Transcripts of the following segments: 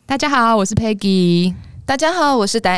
大家好，我是 Peggy。 大家好，我是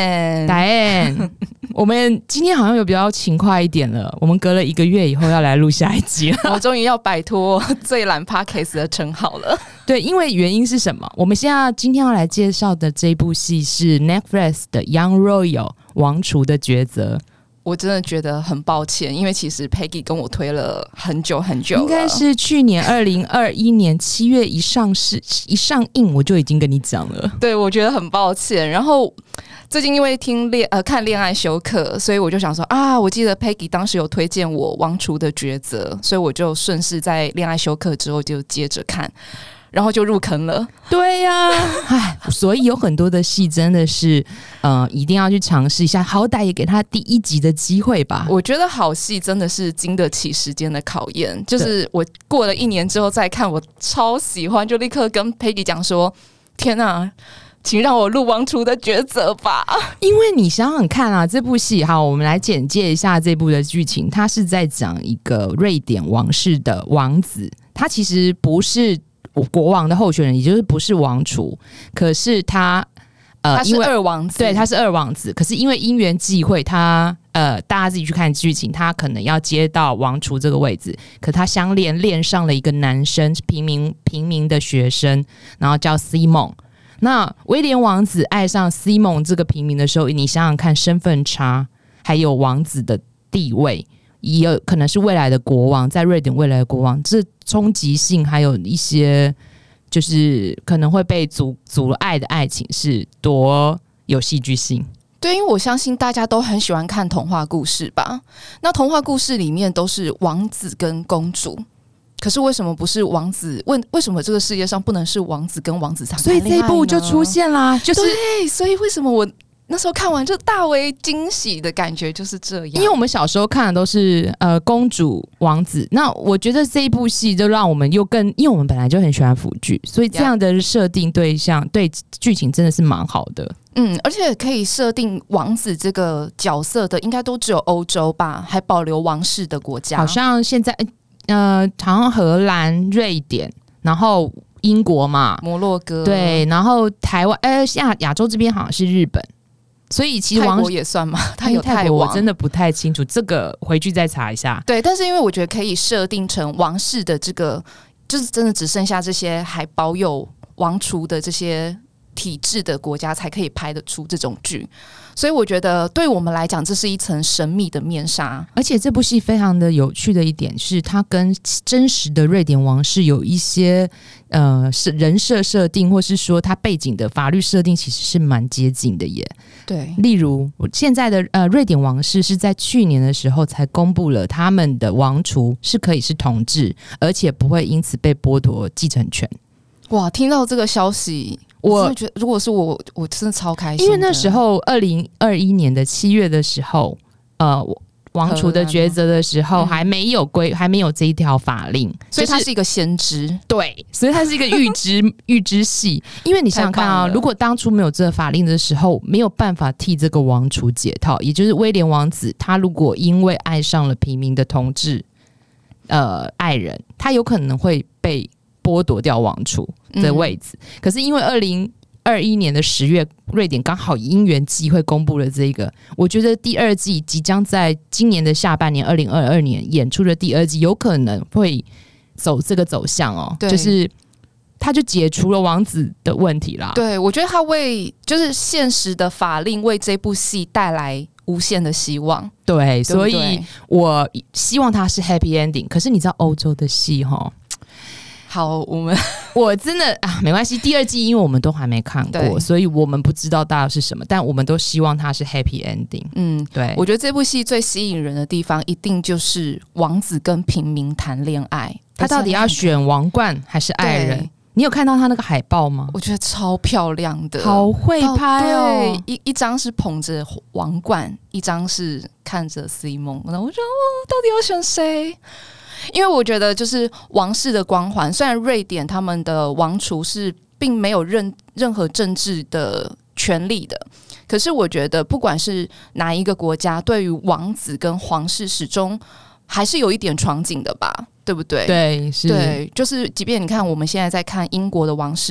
Diane。我们今天好像有比较勤快一点了，我们隔了1个月以后要来录下一集了。 我终于要摆脱最懒 Podcast 的称号了。 对，因为原因是什么？我们今天要来介绍的这部戏是 Netflix 的 Young Royal 王储的抉择。 我真的觉得很抱歉，因为其实 Peggy 跟我推了很久很久了， 应该是去年2021年7月一上映，我就已经跟你讲了。 对，我觉得很抱歉。然后最近因为看恋爱修课，所以我就想说啊，我记得 Peggy 当时有推荐我王储的抉择，所以我就顺势在恋爱修课之后就接着看。然后就入坑了。 对呀、所以有很多的戏真的是一定要去尝试一下，好歹也给他第1集的机会吧。 我觉得好戏真的是经得起时间的考验，就是我过了1年之后再看，我超喜欢，就立刻跟 Peggy 讲说，天啊，请让我录王储的抉择吧。 因为你想想看啊，这部戏好，我们来简介一下这部的剧情。它是在讲一个瑞典王室的王子，他其实不是国王的候选人，也就是不是王储，可是他是二王子， 对，他是2王子。可是因为因缘际会，他大家自己去看剧情，他可能要接到王储这个位置，可他恋上了一个男生，平民的学生，然后叫 Simon。那威廉王子爱上 Simon 这个平民的时候，你想想看，身份差，还有王子的地位，也有可能是未来的国王，在瑞典未来的国王，这冲击性还有一些就是可能会被阻碍的爱情是多有戏剧性。 对，因为我相信大家都很喜欢看童话故事吧，那童话故事里面都是王子跟公主，可是为什么不是王子？为什么这个世界上不能是王子跟王子谈恋爱呢？ 所以这一部就出现啦，就是对，所以为什么我那时候看完就大为惊喜的感觉就是这样。 因为我们小时候看的都是公主王子，那我觉得这一部戏就让我们又更，因为我们本来就很喜欢腐剧，所以这样的设定对剧情真的是蛮好的。 而且可以设定王子这个角色的，应该都只有欧洲吧，还保留王室的国家， 好像现在好像荷兰、瑞典，然后英国嘛， 摩洛哥， 对，然后台湾，亚洲这边好像是日本。所以其实泰国也算吗？它有泰国，我真的不太清楚，这个回去再查一下。 对，但是因为我觉得可以设定成王室的这个，就是真的只剩下这些还保有王储的这些体制的国家才可以拍得出这种剧，所以我觉得对我们来讲，这是一层神秘的面纱。 而且这部戏非常的有趣的一点是，它跟真实的瑞典王室有一些人设定，或是说它背景的法律设定，其实是蛮接近的耶。 对， 例如现在的瑞典王室是在去年的时候才公布了他们的王储是可以是同志，而且不会因此被剥夺继承权。 哇，听到这个消息，我真的觉得，如果是我真的超开心的。 因为那时候2021年的7月的时候，王储的抉择的时候还没有这一条法令， 所以它是一个先知。 对，所以它是一个预知戏。因为你想想看啊，如果当初没有这个法令的时候，没有办法替这个王储解套，也就是威廉王子，他如果因为爱上了平民的同志爱人，他有可能会被剥夺掉王储的位置。可是因为2021年的10月，瑞典刚好因缘际会公布了这个，我觉得第2季即将在今年的下半年2022年演出的第2季，有可能会走这个走向哦，就是他就解除了王子的问题啦。 对，我觉得他就是现实的法令为这部戏带来无限的希望。 对，所以我希望他是 happy ending。可是你知道欧洲的戏齁， 好， 我真的没关系。第2季因为我们都还没看过，所以我们不知道大概是什么，但我们都希望它是 happy ending。对， 我觉得这部戏最吸引人的地方，一定就是王子跟平民谈恋爱， 他到底要选王冠还是爱人？你有看到他那个海报吗？ 我觉得超漂亮的， 好会拍哦！ 对，一张是捧着王冠，一张是看着 Simon， 然后我说到底要选谁？因为我觉得就是王室的光环，虽然瑞典他们的王储是并没有任何政治的权利的，可是我觉得不管是哪一个国家，对于王子跟皇室始终还是有一点憧憬的吧，对不对？ 对，是， 对，就是即便你看我们现在在看英国的王室，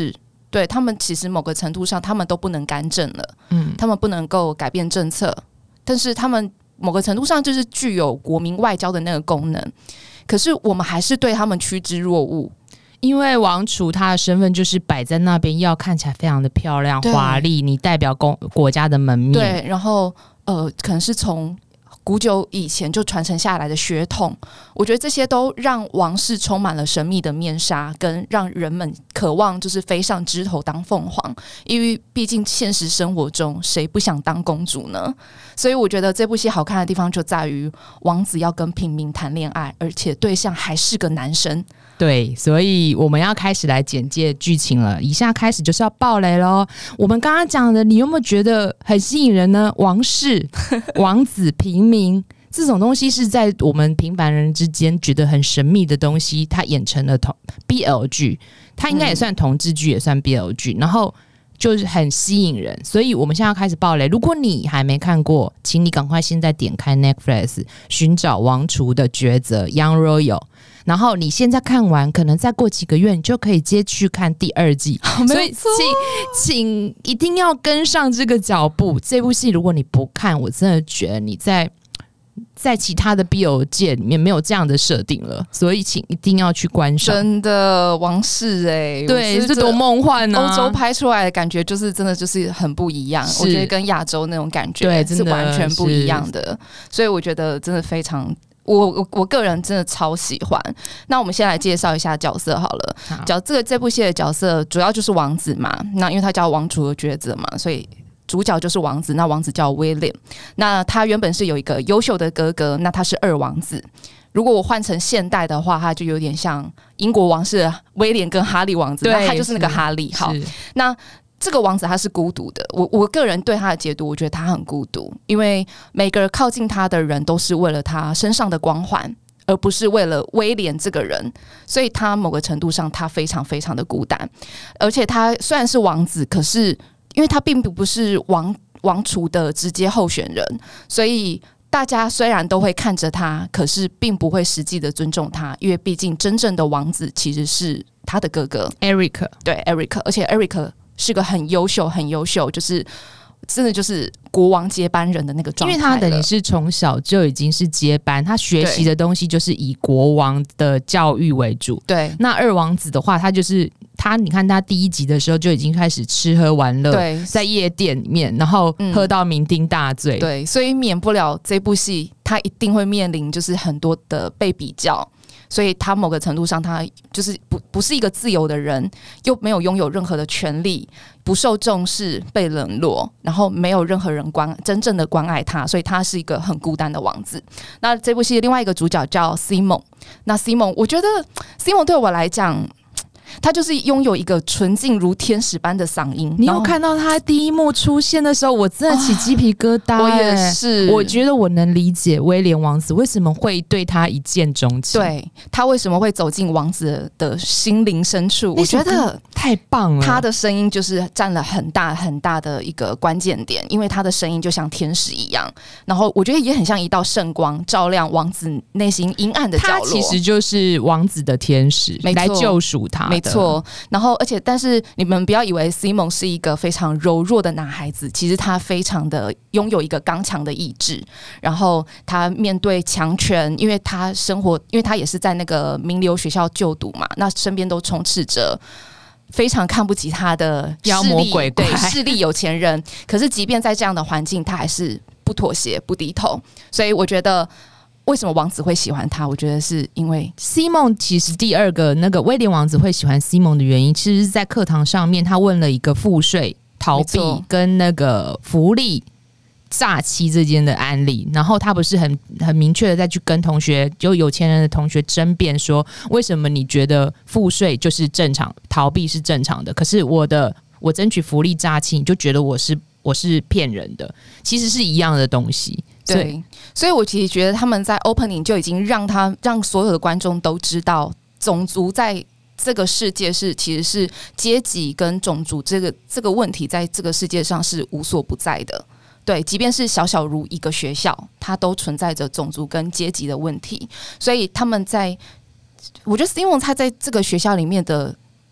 对他们其实某个程度上他们都不能干政了，他们不能够改变政策，但是他们某个程度上就是具有国民外交的那个功能，可是我们还是对他们趋之若鹜。 因为王储他的身份就是摆在那边，要看起来非常的漂亮华丽，你代表国家的门面。 对，然后可能是从古久以前就传承下来的血统，我觉得这些都让王室充满了神秘的面纱，跟让人们渴望就是飞上枝头当凤凰。因为毕竟现实生活中谁不想当公主呢？所以我觉得这部戏好看的地方就在于王子要跟平民谈恋爱，而且对象还是个男生。 对，所以我们要开始来简介剧情了。以下开始就是要爆雷咯。我们刚刚讲的，你有没有觉得很吸引人呢？王室、王子、平民这种东西是在我们平凡人之间觉得很神秘的东西，它演成了BL 剧，它应该也算同志剧，也算 BL 剧，然后就是很吸引人。所以我们现在要开始爆雷。如果你还没看过，请你赶快现在点开 Netflix 寻找王储的抉择 Young Royal，然后你现在看完，可能再过几个月你就可以接去看第2季，所以请一定要跟上这个脚步。这部戏如果你不看，我真的觉得你在其他的 BL 界里面没有这样的设定了，所以请一定要去观赏。 真的王室对，这多梦幻啊！ 欧洲拍出来的感觉就是真的就是很不一样，我觉得跟亚洲那种感觉对是完全不一样的，所以我觉得真的非常。我个人真的超喜欢。那我们先来介绍一下角色好了。这部戏的角色主要就是王子嘛，那因为他叫王储的抉择嘛，所以主角就是王子。那王子叫威廉，那他原本是有一个优秀的哥哥，那他是2王子。如果我换成现代的话，他就有点像英国王室威廉跟哈利王子，那他就是那个哈利。好，那这个王子他是孤独的，我个人对他的解读，我觉得他很孤独，因为每个靠近他的人都是为了他身上的光环，而不是为了威廉这个人，所以他某个程度上他非常非常的孤单。而且他虽然是王子，可是因为他并不是王储的直接候选人，所以大家虽然都会看着他，可是并不会实际的尊重他，因为毕竟真正的王子其实是他的哥哥 Eric。 对 Eric， 而且 Eric是个很优秀，就是真的就是国王接班人的那个状态， 因为他等于是从小就已经是接班，他学习的东西就是以国王的教育为主。 对， 那2王子的话，他就是你看他第1集的时候就已经开始吃喝玩乐， 对， 在夜店里面，然后喝到酩酊大醉。 对，所以免不了这部戏他一定会面临就是很多的被比较。所以他某个程度上，他就是不是一个自由的人，又没有拥有任何的权利，不受重视，被冷落，然后没有任何人真正的关爱他，所以他是一个很孤单的王子。那这部戏的另外一个主角叫 Simon， 那 Simon， 我觉得 Simon 对我来讲，他就是拥有一个纯净如天使般的嗓音。 你有看到他第一幕出现的时候，我真的起鸡皮疙瘩。 我也是， 我觉得我能理解威廉王子为什么会对他一见钟情， 对，他为什么会走进王子的心灵深处。我觉得太棒了， 他的声音就是占了很大很大的一个关键点，因为他的声音就像天使一样，然后我觉得也很像一道圣光，照亮王子内心阴暗的角落。 他其实就是王子的天使，来救赎他的。 没错，然后但是你们不要以为 Simon 是一个非常柔弱的男孩子，其实他非常的拥有一个刚强的意志，然后他面对强权，因为他也是在那个名流学校就读嘛，那身边都充斥着非常看不起他的妖魔鬼怪， 对，势力有钱人。可是即便在这样的环境，他还是不妥协不低头。所以我觉得为什么王子会喜欢他，我觉得是因为 Simon。 其实第2个那个威廉王子会喜欢 Simon 的原因，其实是在课堂上面他问了一个赋税逃避跟那个福利诈欺这件的案例，然后他不是很明确的再去跟同学，就有钱人的同学争辩说，为什么你觉得赋税就是正常，逃避是正常的，可是我争取福利诈欺，你就觉得我是骗人的，其实是一样的东西。 对，所以我其实觉得他们在 opening 就已经让所有的观众都知道，种族在这个世界其实是阶级跟种族这个问题，在这个世界上是无所不在的。对，即便是小如一个学校，它都存在着种族跟阶级的问题。所以他们我觉得 Simon 他在这个学校里面的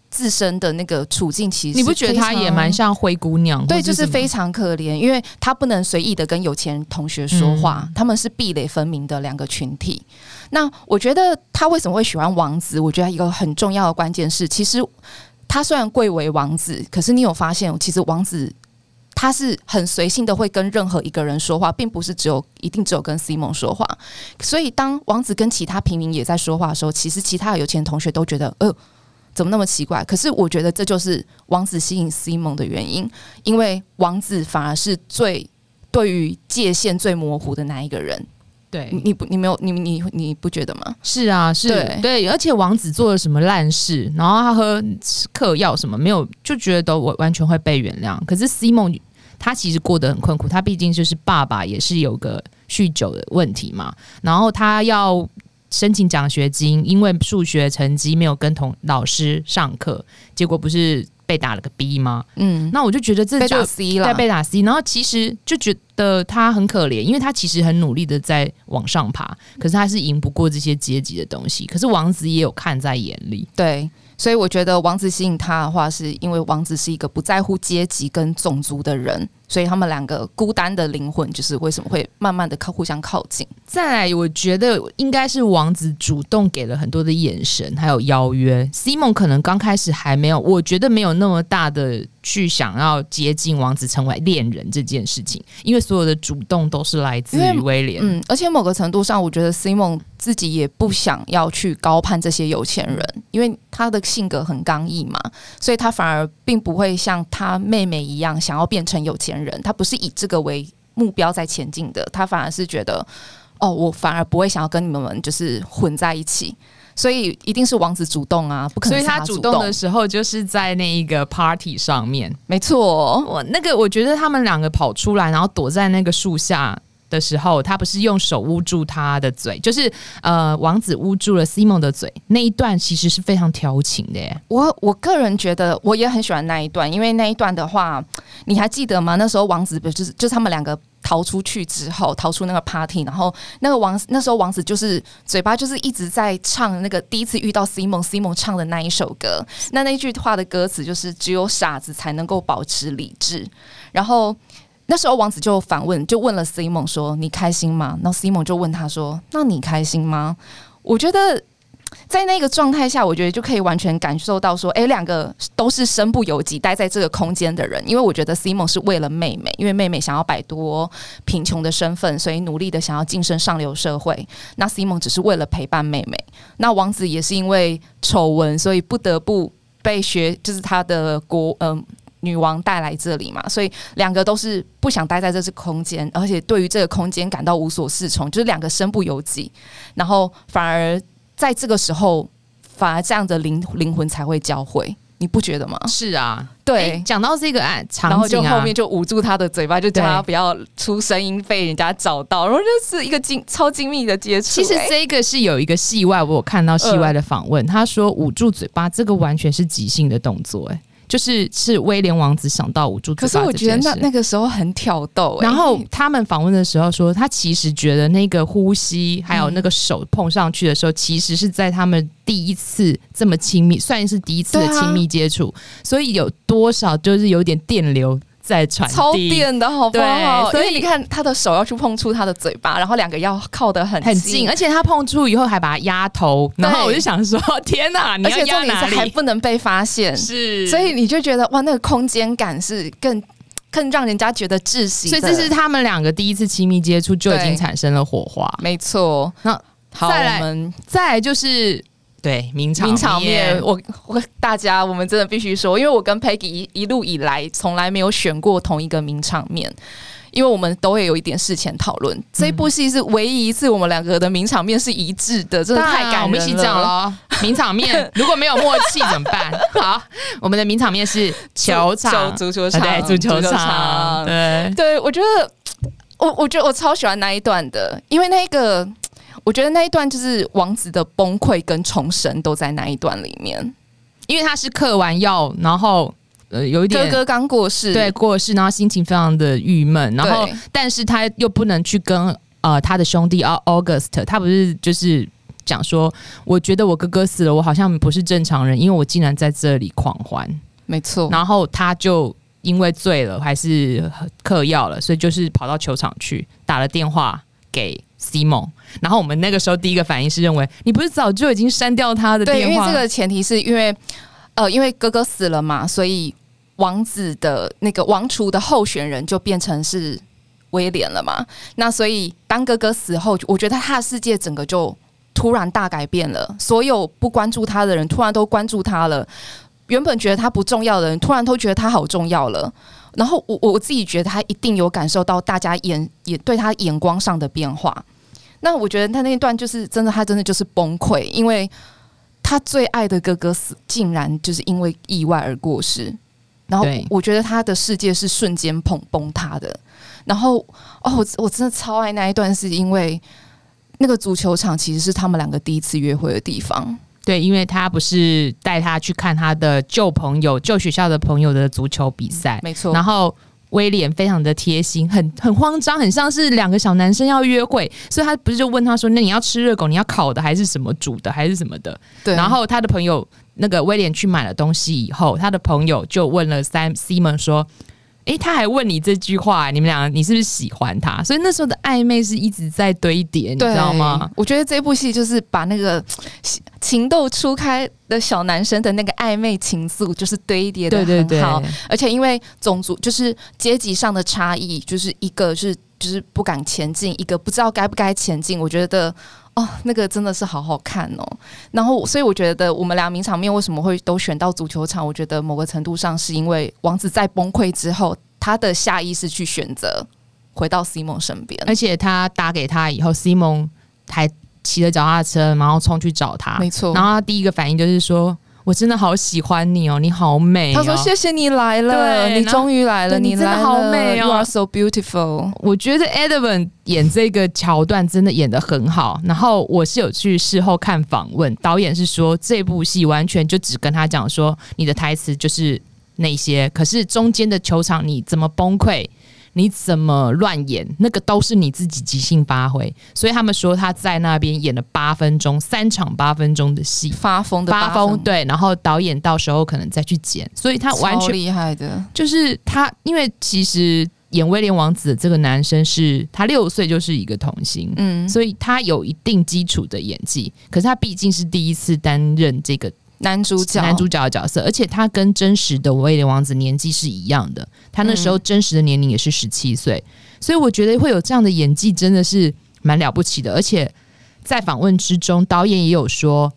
自身的那个处境其实你不觉得她也蛮像灰姑娘？ 对，就是非常可怜，因为她不能随意的跟有钱人同学说话，他们是壁垒分明的两个群体。那我觉得她为什么会喜欢王子？我觉得一个很重要的关键是，其实他虽然贵为王子，可是你有发现，其实王子他是很随性的会跟任何一个人说话，并不是一定只有跟 Simon 说话。所以当王子跟其他平民也在说话的时候，其实其他的有钱同学都觉得怎么那么奇怪？可是我觉得这就是王子吸引 Simon 的原因，因为王子反而是对于界限最模糊的那一个人。 对， 你不觉得吗？ 是啊，是，对，而且王子做了什么烂事，然后他喝嗑药什么没有，就觉得都完全会被原谅。可是 Simon 他其实过得很困苦，他毕竟就是爸爸也是有个酗酒的问题嘛，然后他要申请奖学金，因为数学成绩没有跟老师上课，结果不是被打了个 B 吗？那我就觉得这就被打 C 了， 对，被打 C， 然后其实就觉得他很可怜，因为他其实很努力的在往上爬，可是他是赢不过这些阶级的东西，可是王子也有看在眼里， 对。所以我觉得王子吸引他的话，是因为王子是一个不在乎阶级跟种族的人，所以他们两个孤单的灵魂就是为什么会慢慢的互相靠近。 再来我觉得应该是王子主动给了很多的眼神还有邀约， Simon 可能刚开始还没有，我觉得没有那么大的去想要接近王子成为恋人这件事情，因为所有的主动都是来自于威廉。 而且某个程度上我觉得 Simon 自己也不想要去高攀这些有钱人，因为他的性格很刚毅嘛，所以他反而并不会像他妹妹一样想要变成有钱人，他不是以这个为目标在前进的，他反而是觉得我反而不会想要跟你们就是混在一起，所以一定是王子主动啊，不可能是他主动。 所以他主动的时候就是在那一个 party 上面， 没错。 我觉得他们两个跑出来，然后躲在那个树下的时候，他不是用手捂住他的嘴，就是王子捂住了 Simon 的嘴，那一段其实是非常调情的耶。 我个人觉得我也很喜欢那一段，因为那一段的话，你还记得吗？那时候王子就是他们两个逃出去之后，逃出那个 party， 然后那时候王子就是嘴巴就是一直在唱那个第一次遇到 Simon 唱的那一首歌，那一句话的歌词就是只有傻子才能够保持理智，然后那时候王子就反问，就问了 Simon 说你开心吗？然后 Simon 就问他说那你开心吗？我觉得在那个状态下，我觉得就可以完全感受到说两个都是身不由己待在这个空间的人，因为我觉得 Simon 是为了妹妹，因为妹妹想要摆脱贫穷的身份，所以努力的想要晋升上流社会，那 Simon 只是为了陪伴妹妹，那王子也是因为丑闻，所以不得不被就是他的女王带来这里嘛，所以两个都是不想待在这空间，而且对于这个空间感到无所适从，就是两个身不由己，然后反而在这个时候，反而这样的灵魂才会交汇，你不觉得吗？ 是啊， 对。 讲到这个场景然后就后面就捂住他的嘴巴，就叫他不要出声音被人家找到，然后就是一个超精密的接触。 其实这个是有一个戏外，我有看到戏外的访问，他说捂住嘴巴这个完全是即兴的动作，就是威廉王子想到捂住嘴巴这件事。可是我觉得那个时候很挑逗， 然后他们访问的时候说，他其实觉得那个呼吸还有那个手碰上去的时候，其实是在他们第一次这么亲密，算是第一次的亲密接触，所以有多少就是有点电流在传递， 超电的好不好？ 所以你看他的手要去碰触他的嘴巴，然后两个要靠得很近， 而且他碰触以后还把他压头，然后我就想说天哪，你要压哪里？ 还不能被发现， 是， 所以你就觉得哇，那个空间感是更让人家觉得窒息的。 所以这是他们两个第一次亲密接触就已经产生了火花， 没错。那好， 再来就是对名场面， 我们真的必须说，因为我跟 Peggy 一路以来从来没有选过同一个名场面，因为我们都会有一点事前讨论。这部戏是唯一一次我们两个的名场面是一致的，真的太感人了。 我们一起讲咯，名场面如果没有默契怎么办？好，我们的名场面是球场， 足球场， 对，足球场， 对，我觉得我超喜欢那一段的，因为我觉得那一段就是王子的崩溃跟重生都在那一段里面， 因为他是嗑完药，然后有一点哥哥刚过世， 对，过世，然后心情非常的郁闷，然后但是他又不能去跟他的兄弟 August， 他不是就是讲说，我觉得我哥哥死了，我好像不是正常人，因为我竟然在这里狂欢。 没错。 然后他就因为醉了还是嗑药了，所以就是跑到球场去打了电话给 Simon。然后我们那个时候第一个反应是认为，你不是早就已经删掉他的电话？ 对，因为这个前提是因为哥哥死了嘛，所以王子的那个王储的候选人就变成是威廉了嘛。那所以当哥哥死后，我觉得他的世界整个就突然大改变了，所有不关注他的人突然都关注他了，原本觉得他不重要的人突然都觉得他好重要了。然后我自己觉得他一定有感受到大家也对他眼光上的变化。那我觉得他那一段就是真的，他真的就是崩溃，因为他最爱的哥哥死，竟然就是因为意外而过世。然后我觉得他的世界是瞬间崩塌的。然后我真的超爱那一段，是因为那个足球场其实是他们两个第一次约会的地方。 对，因为他不是带他去看他的旧学校的朋友的足球比赛， 没错。 然后威廉非常的贴心，很慌张，很像是两个小男生要约会，所以他不是就问他说：“那你要吃热狗，你要烤的还是什么煮的还是什么的？”对。然后他的朋友那个威廉去买了东西以后，他的朋友就问了 Simon 说：“他还问你这句话，你们俩你是不是喜欢他？”所以那时候的暧昧是一直在堆叠，你知道吗？ 我觉得这部戏就是把那个情窦初开的小男生的那个暧昧情愫，就是堆叠的很好。对，而且因为种族就是阶级上的差异，就是一个就是不敢前进，一个不知道该不该前进。我觉得那个真的是好好看哦。然后所以我觉得我们俩名场面为什么会都选到足球场，我觉得某个程度上是因为王子在崩溃之后，他的下意识去选择回到 Simon 身边， 而且他打给他以后 Simon 还骑着脚踏车然后冲去找他， 没错。 然后他第一个反应就是说：“我真的好喜欢你哦，你好美哦。” 他说：“谢谢你来了，你终于来了，你真的好美哦 ，You are so beautiful。” 我觉得 Edwin 演这个桥段真的演得很好。然后我是有去事后看访问，导演是说这部戏完全就只跟他讲说，你的台词就是那些，可是中间的球场你怎么崩溃，你怎么乱演，那个都是你自己即兴发挥。所以他们说他在那边演了8分钟，3场8分钟的戏， 发疯， 对。然后导演到时候可能再去剪，所以他完全超厉害的。 就是他，因为其实演威廉王子的这个男生是他6岁就是一个童星，所以他有一定基础的演技。可是他毕竟是第一次担任这个男主角的角色，而且他跟真实的威廉王子年纪是一样的，他那时候真实的年龄也是17岁，所以我觉得会有这样的演技真的是蛮了不起的。而且在访问之中，导演也有说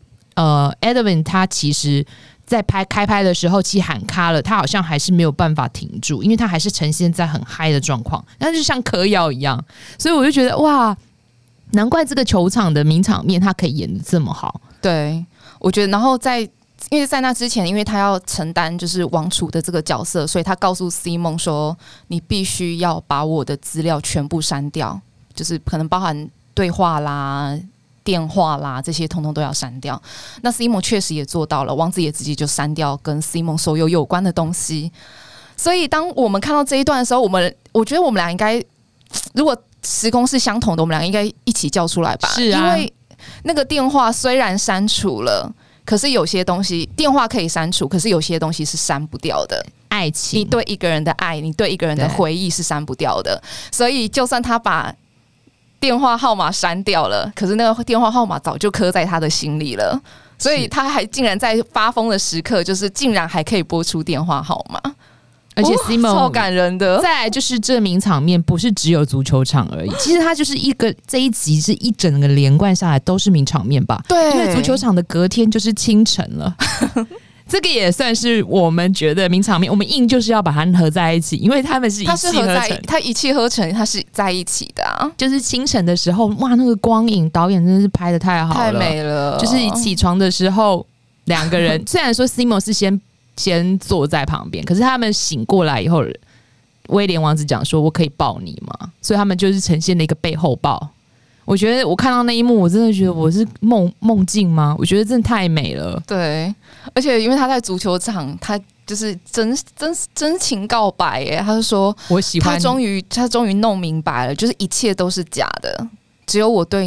Edwin 他其实在开拍的时候其实喊卡了，他好像还是没有办法停住，因为他还是呈现在很嗨的状况，那就像嗑药一样。所以我就觉得哇，难怪这个球场的名场面他可以演得这么好。 对，我觉得然后因为在那之前，因为他要承担就是王储的这个角色，所以他告诉 Simon 说：“你必须要把我的资料全部删掉，就是可能包含对话啦、电话啦这些，通通都要删掉。”那 Simon 确实也做到了，王子也直接就删掉跟 Simon 所有关的东西。所以当我们看到这一段的时候，我觉得我们俩应该，如果时空是相同的，我们俩应该一起叫出来吧？ 是啊， 因为那个电话虽然删除了。可是有些东西电话可以删除，可是有些东西是删不掉的。 爱情， 你对一个人的爱，你对一个人的回忆是删不掉的。所以就算他把电话号码删掉了，可是那个电话号码早就刻在他的心里了。所以他还竟然在发疯的时刻，就是竟然还可以拨出电话号码。 而且 Simon 超感人的。 再来就是这名场面不是只有足球场而已，其实它就是这一集是一整个连贯下来都是名场面吧？ 对， 因为足球场的隔天就是清晨了。这个也算是我们觉得名场面，我们硬就是要把它合在一起，因为他们是一气呵成， 它一气呵成，它是在一起的啊。 就是清晨的时候，哇，那个光影，导演真的是拍得太好了， 太美了。 就是起床的时候，两个人虽然说 Simon 是先坐在旁边，可是他们醒过来以后，威廉王子讲说：“我可以抱你吗？”所以他们就是呈现了一个背后抱。我觉得我看到那一幕，我真的觉得我是梦境吗？我觉得真的太美了。 对，而且因为他在足球场，他就是真情告白耶，他就说：“ 我喜欢你。” 他终于弄明白了，就是一切都是假的，只有我对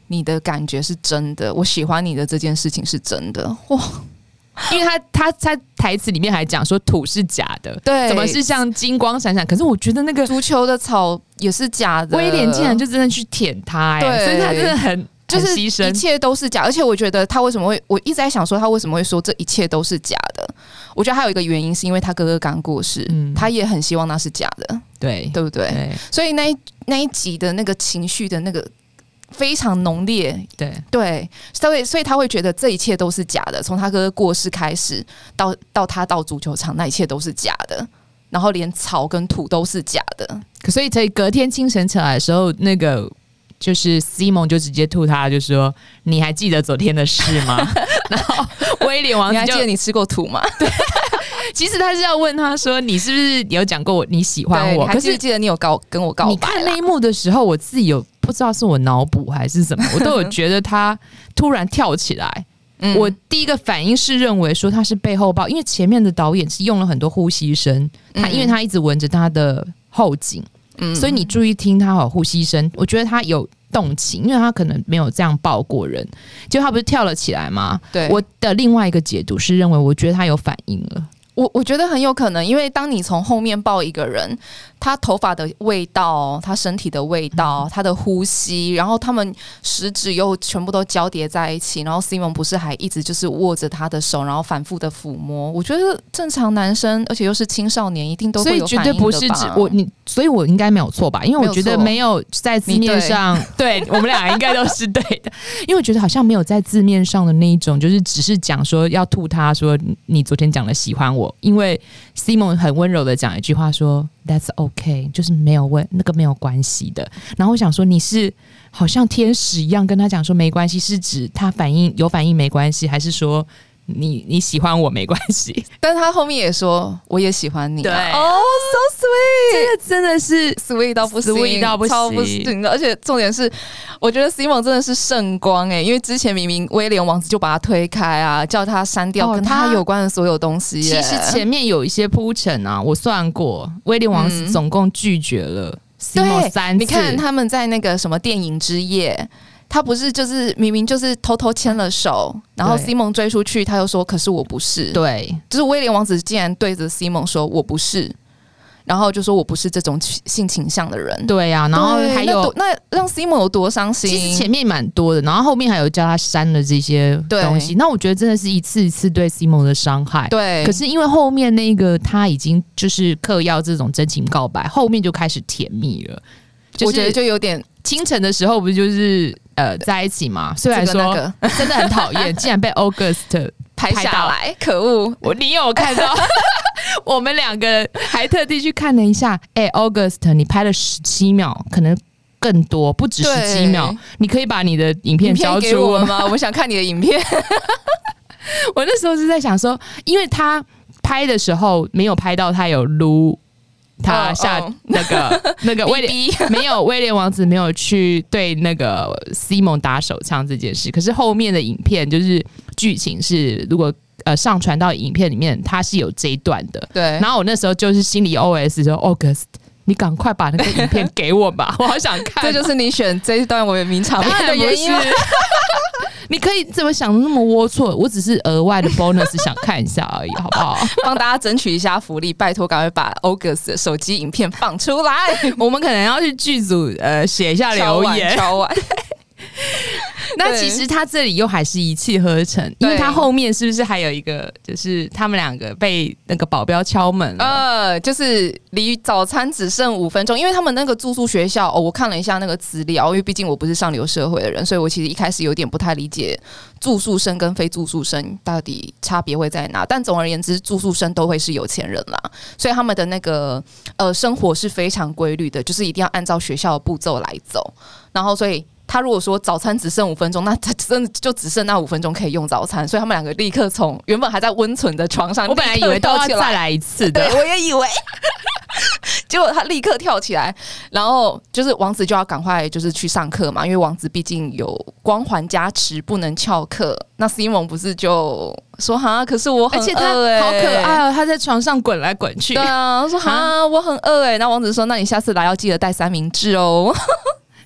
你的感觉是真的，我喜欢你的这件事情是真的。哇！ 因为他在台词里面还讲说土是假的， 对， 怎么是像金光闪闪？可是我觉得那个足球的草也是假的， 威廉竟然就真的去舔他，对，所以他真的很就是牺牲， 一切都是假。而且我觉得他为什么会，我一直在想说他为什么会说这一切都是假的。我觉得还有一个原因是因为他哥哥刚过世，他也很希望那是假的，对不对？对，所以那一集的那个情绪的那个。非常浓烈，对，所以他会觉得这一切都是假的，从他哥哥过世开始，到他到足球场，那一切都是假的，然后连草跟土都是假的。 所以隔天清晨起来的时候，那个就是 Simon 就直接吐他，就说：“你还记得昨天的事吗？”然后威廉王子你还记得你吃过土吗？ 对。其实他是要问他说：“你是不是有讲过你喜欢我？” 可是记得你有跟我告白。 你看那一幕的时候，我自己有不知道是我脑补还是什么，我都有觉得他突然跳起来。我第一个反应是认为说他是背后抱，因为前面的导演是用了很多呼吸声，因为他一直闻着他的后颈，所以你注意听他有呼吸声，我觉得他有动情，因为他可能没有这样抱过人，就他不是跳了起来吗？ 对， 我的另外一个解读是认为，我觉得他有反应了。 我觉得很有可能，因为当你从后面抱一个人，他头发的味道，他身体的味道，他的呼吸，然后他们食指又全部都交叠在一起，然后 Simon 不是还一直就是握着他的手，然后反复的抚摸。我觉得正常男生，而且又是青少年，一定都会有反应的吧。 所以绝对不是所以我应该没有错吧？因为我觉得没有在字面上，对我们俩应该都是对的。因为我觉得好像没有在字面上的那一种，就是只是讲说要吐他说你昨天讲了喜欢我。因为 Simon 很温柔的讲一句话说 That's okay， 就是那个没有关系的。然后我想说你是好像天使一样跟他讲说没关系，是指他有反应没关系，还是说你喜欢我没关系？ 但是他后面也说我也喜欢你、啊。对，so sweet， 这个真的是 sweet 到不行， sweet 到不行， 超不行的。而且重点是，我觉得 Simon 真的是圣光因为之前明明威廉王子就把他推开啊，叫他删掉跟他有关的所有东西。 其实前面有一些铺陈啊，我算过，威廉王子总共拒绝了 Simon 3次。 你看他们在那个什么电影之夜。他不是就是明明就是偷偷牵了手，然后 Simon 追出去，他又说：“可是我不是。” 对， 就是威廉王子竟然对着 Simon 说：“我不是。”然后就说我不是这种性倾向的人。 对啊，然后还有那让 Simon 有多伤心？ 其实前面蛮多的，然后后面还有叫他删了这些东西。那我觉得真的是一次一次对 Simon 的伤害。 对， 可是因为后面那个他已经就是嗑药这种真情告白，后面就开始甜蜜了。 我觉得就有点清晨的时候不是就是在一起嘛？虽然说真的很讨厌，竟然被 August 拍下来，可恶！ 你有看到？我们两个还特地去看了一下。August， 你拍了17秒，可能更多，不止17秒。你可以把你的影片交出我吗？我想看你的影片。 我那时候是在想说，因为他拍的时候没有拍到他有撸。他下那个威廉没有，威廉王子没有去对那个 Simon 打手枪这件事。可是后面的影片就是剧情是，如果上传到影片里面，它是有这一段的。 对。 然后我那时候就是心里 OS 说 August， 你赶快把那个影片给我吧，我好想看。 这就是你选这一段为名场面的原因吗？ 你可以怎么想的那么龌龊？我只是额外的 bonus 想看一下而已，好不好？ 帮大家争取一下福利，拜托赶快把 August 的手机影片放出来。 我们可能要去剧组写一下留言， 敲碗。 那其实他这里又还是一气呵成，因为他后面是不是还有一个，就是他们两个被那个保镖敲门了？ 就是离早餐只剩5分钟，因为他们那个住宿学校，我看了一下那个资料，因为毕竟我不是上流社会的人，所以我其实一开始有点不太理解住宿生跟非住宿生到底差别会在哪。但总而言之，住宿生都会是有钱人啦，所以他们的那个生活是非常规律的，就是一定要按照学校的步骤来走，然后所以。他如果说早餐只剩5分钟，那他真的就只剩那5分钟可以用早餐，所以他们两个立刻从原本还在温存的床上， 我本来以为都要再来一次的， 对，我也以为，结果他立刻跳起来，然后就是王子就要赶快就是去上课嘛，因为王子毕竟有光环加持，不能翘课。那 Simon 不是就说哈，可是我很饿，而且他好可爱哦，他在床上滚来滚去。 对啊，我说哈，我很饿哎，那王子说，那你下次来要记得带三明治哦。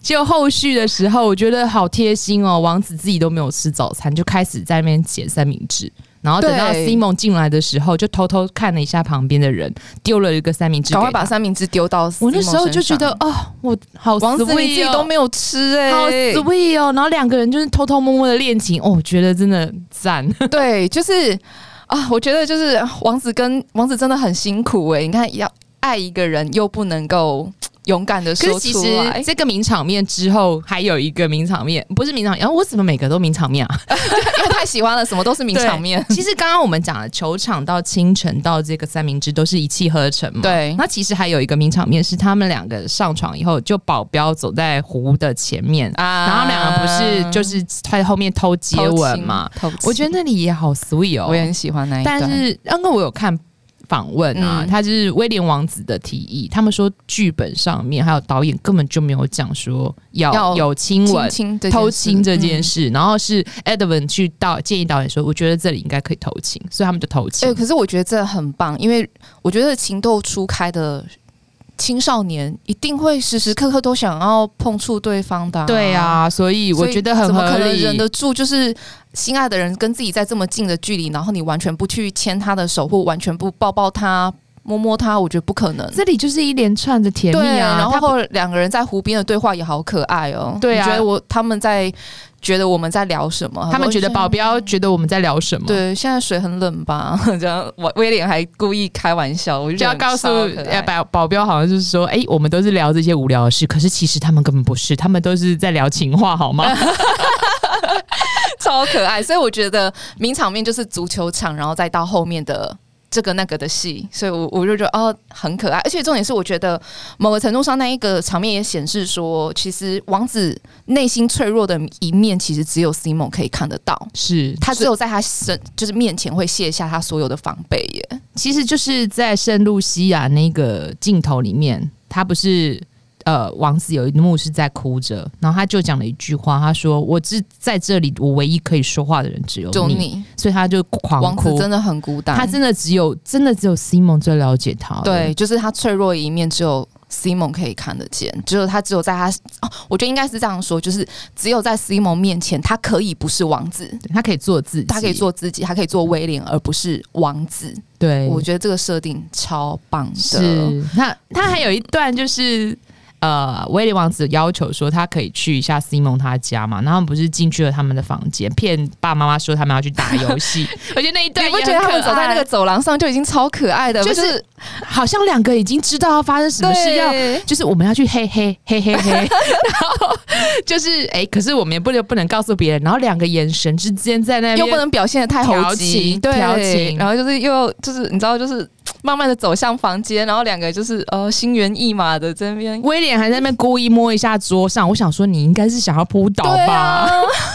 结果后续的时候，我觉得好贴心哦，王子自己都没有吃早餐，就开始在那边捡三明治。然后等到 Simon 进来的时候，就偷偷看了一下旁边的人，丢了一个三明治给他， 赶快把三明治丢到 Simon 我那时候就觉得哦，我好 sweet 哦， 王子你自己都没有吃好 sweet 哦。然后两个人就是偷偷摸摸的恋情，哦，我觉得真的赞。 对，就是啊，我觉得就是王子真的很辛苦你看要爱一个人又不能够勇敢的说出来。 可是其实这个名场面之后还有一个名场面，不是名场面，然后我怎么每个都名场面啊？ 因为太喜欢了，什么都是名场面。 其实刚刚我们讲的球场到清晨到这个三明治都是一气呵成嘛。 对， 那其实还有一个名场面是他们两个上床以后，就保镖走在湖的前面，然后他们两个不是就是在后面偷接吻嘛？我觉得那里也好 sweet 哦， 我也很喜欢那一段。 但是因为我有看访问啊，他就是威廉王子的提议，他们说剧本上面还有导演根本就没有讲说要有亲吻偷亲这件事，然后是 Edwin 去建议导演说，我觉得这里应该可以偷亲，所以他们就偷亲。 可是我觉得这很棒，因为我觉得情窦初开的青少年一定会时时刻刻都想要碰触对方的对啊，所以我觉得很合理。 怎么可能忍得住？就是心爱的人跟自己在这么近的距离，然后你完全不去牵他的手，或完全不抱抱他、摸摸他，我觉得不可能。 这里就是一连串的甜蜜啊， 然后两个人在湖边的对话也好可爱哦。 对啊， 你觉得他们在觉得我们在聊什么？ 他们觉得保镖觉得我们在聊什么？ 对，现在水很冷吧？这样威廉还故意开玩笑，我就要告诉保镖，好像就是说，我们都是聊这些无聊的事，可是其实他们根本不是，他们都是在聊情话，好吗？ 超可爱，所以我觉得名场面就是足球场，然后再到后面的这个那个的戏，所以我就觉得很可爱。而且重点是，我觉得某个程度上那一个场面也显示说，其实王子内心脆弱的一面，其实只有 Simon 可以看得到， 是他只有在他就是面前会卸下他所有的防备耶。 其实就是在圣露西亚那个镜头里面，他不是。王子有一幕是在哭着，然后他就讲了一句话，他说：“我在这里，我唯一可以说话的人只有你。”所以他就狂哭。 王子真的很孤单， 他真的只有 Simon 最了解他。 对，就是他脆弱的一面，只有 Simon 可以看得见。只有在他，我觉得应该是这样说，就是只有在 Simon 面前，他可以不是王子， 他可以做自己， 他可以做自己，他可以做威廉，而不是王子。 对， 我觉得这个设定超棒的。 是他还有一段就是。威廉王子要求说他可以去一下 Simon 他家嘛，然后他们不是进去了他们的房间，骗爸爸妈妈说他们要去打游戏。我觉得那一段你不觉得他们走在那个走廊上就已经超可爱的， 就是好像两个已经知道要发生什么事，就是我们要去嘿嘿嘿嘿嘿，然后就是可是我们也不能告诉别人，然后两个眼神之间在那边又不能表现得太猴急， 调情， 然后就是又就是你知道就是慢慢的走向房间，然后两个就是心猿意马的在那边。 威廉还在那边故意摸一下桌上，我想说你应该是想要扑倒吧。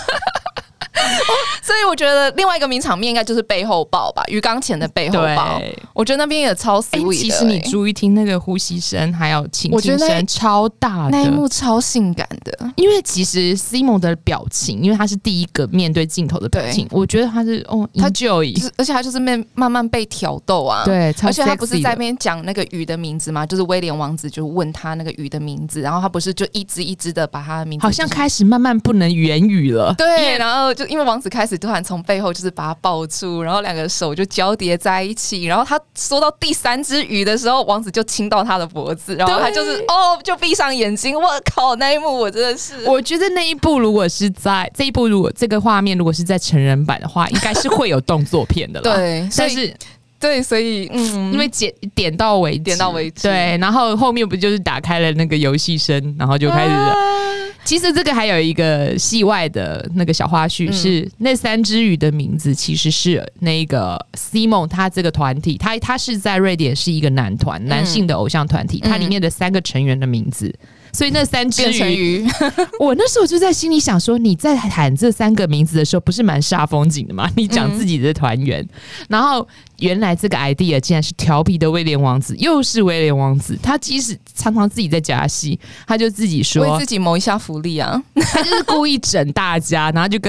所以我觉得另外一个名场面应该就是背后抱吧，鱼缸前的背后抱，我觉得那边也超 sweet 的。 其实你注意听那个呼吸声还有轻轻声超大的， 那一幕超性感的。 因为其实 Simon 的表情，因为他是第一个面对镜头的表情，我觉得他是他 enjoy，而且他就是慢慢被挑逗啊。 对， 而且他不是在那边讲那个鱼的名字吗？就是威廉王子就问他那个鱼的名字，然后他不是就一只一只的把他的名字， 好像开始慢慢不能言语了。 对，然后就因为王子开始突然从背后就是把他抱住，然后两个手就交叠在一起，然后他说到第三只鱼的时候，王子就亲到他的脖子，然后他就是就闭上眼睛。我靠，那一幕我真的是，我觉得那一部如果是在这一部，如果这个画面如果是在成人版的话，应该是会有动作片的啦。 对，但是。对，所以因为点到为止，对，然后后面不就是打开了那个游戏声，然后就开始了。其实这个还有一个戏外的那个小花絮，是那三只鱼的名字其实是那个 Simon 他这个团体，他是在瑞典是一个男团，男性的偶像团体，它里面的3个成员的名字。所以那3只鱼，我那时候就在心里想说，你在喊这3个名字的时候，不是蛮煞风景的吗？你讲自己的团员，然后原来这个 idea 竟然是调皮的威廉王子，又是威廉王子，他即使常常自己在加戏，他就自己说为自己谋一下福利啊， 他就是故意整大家，然后就跟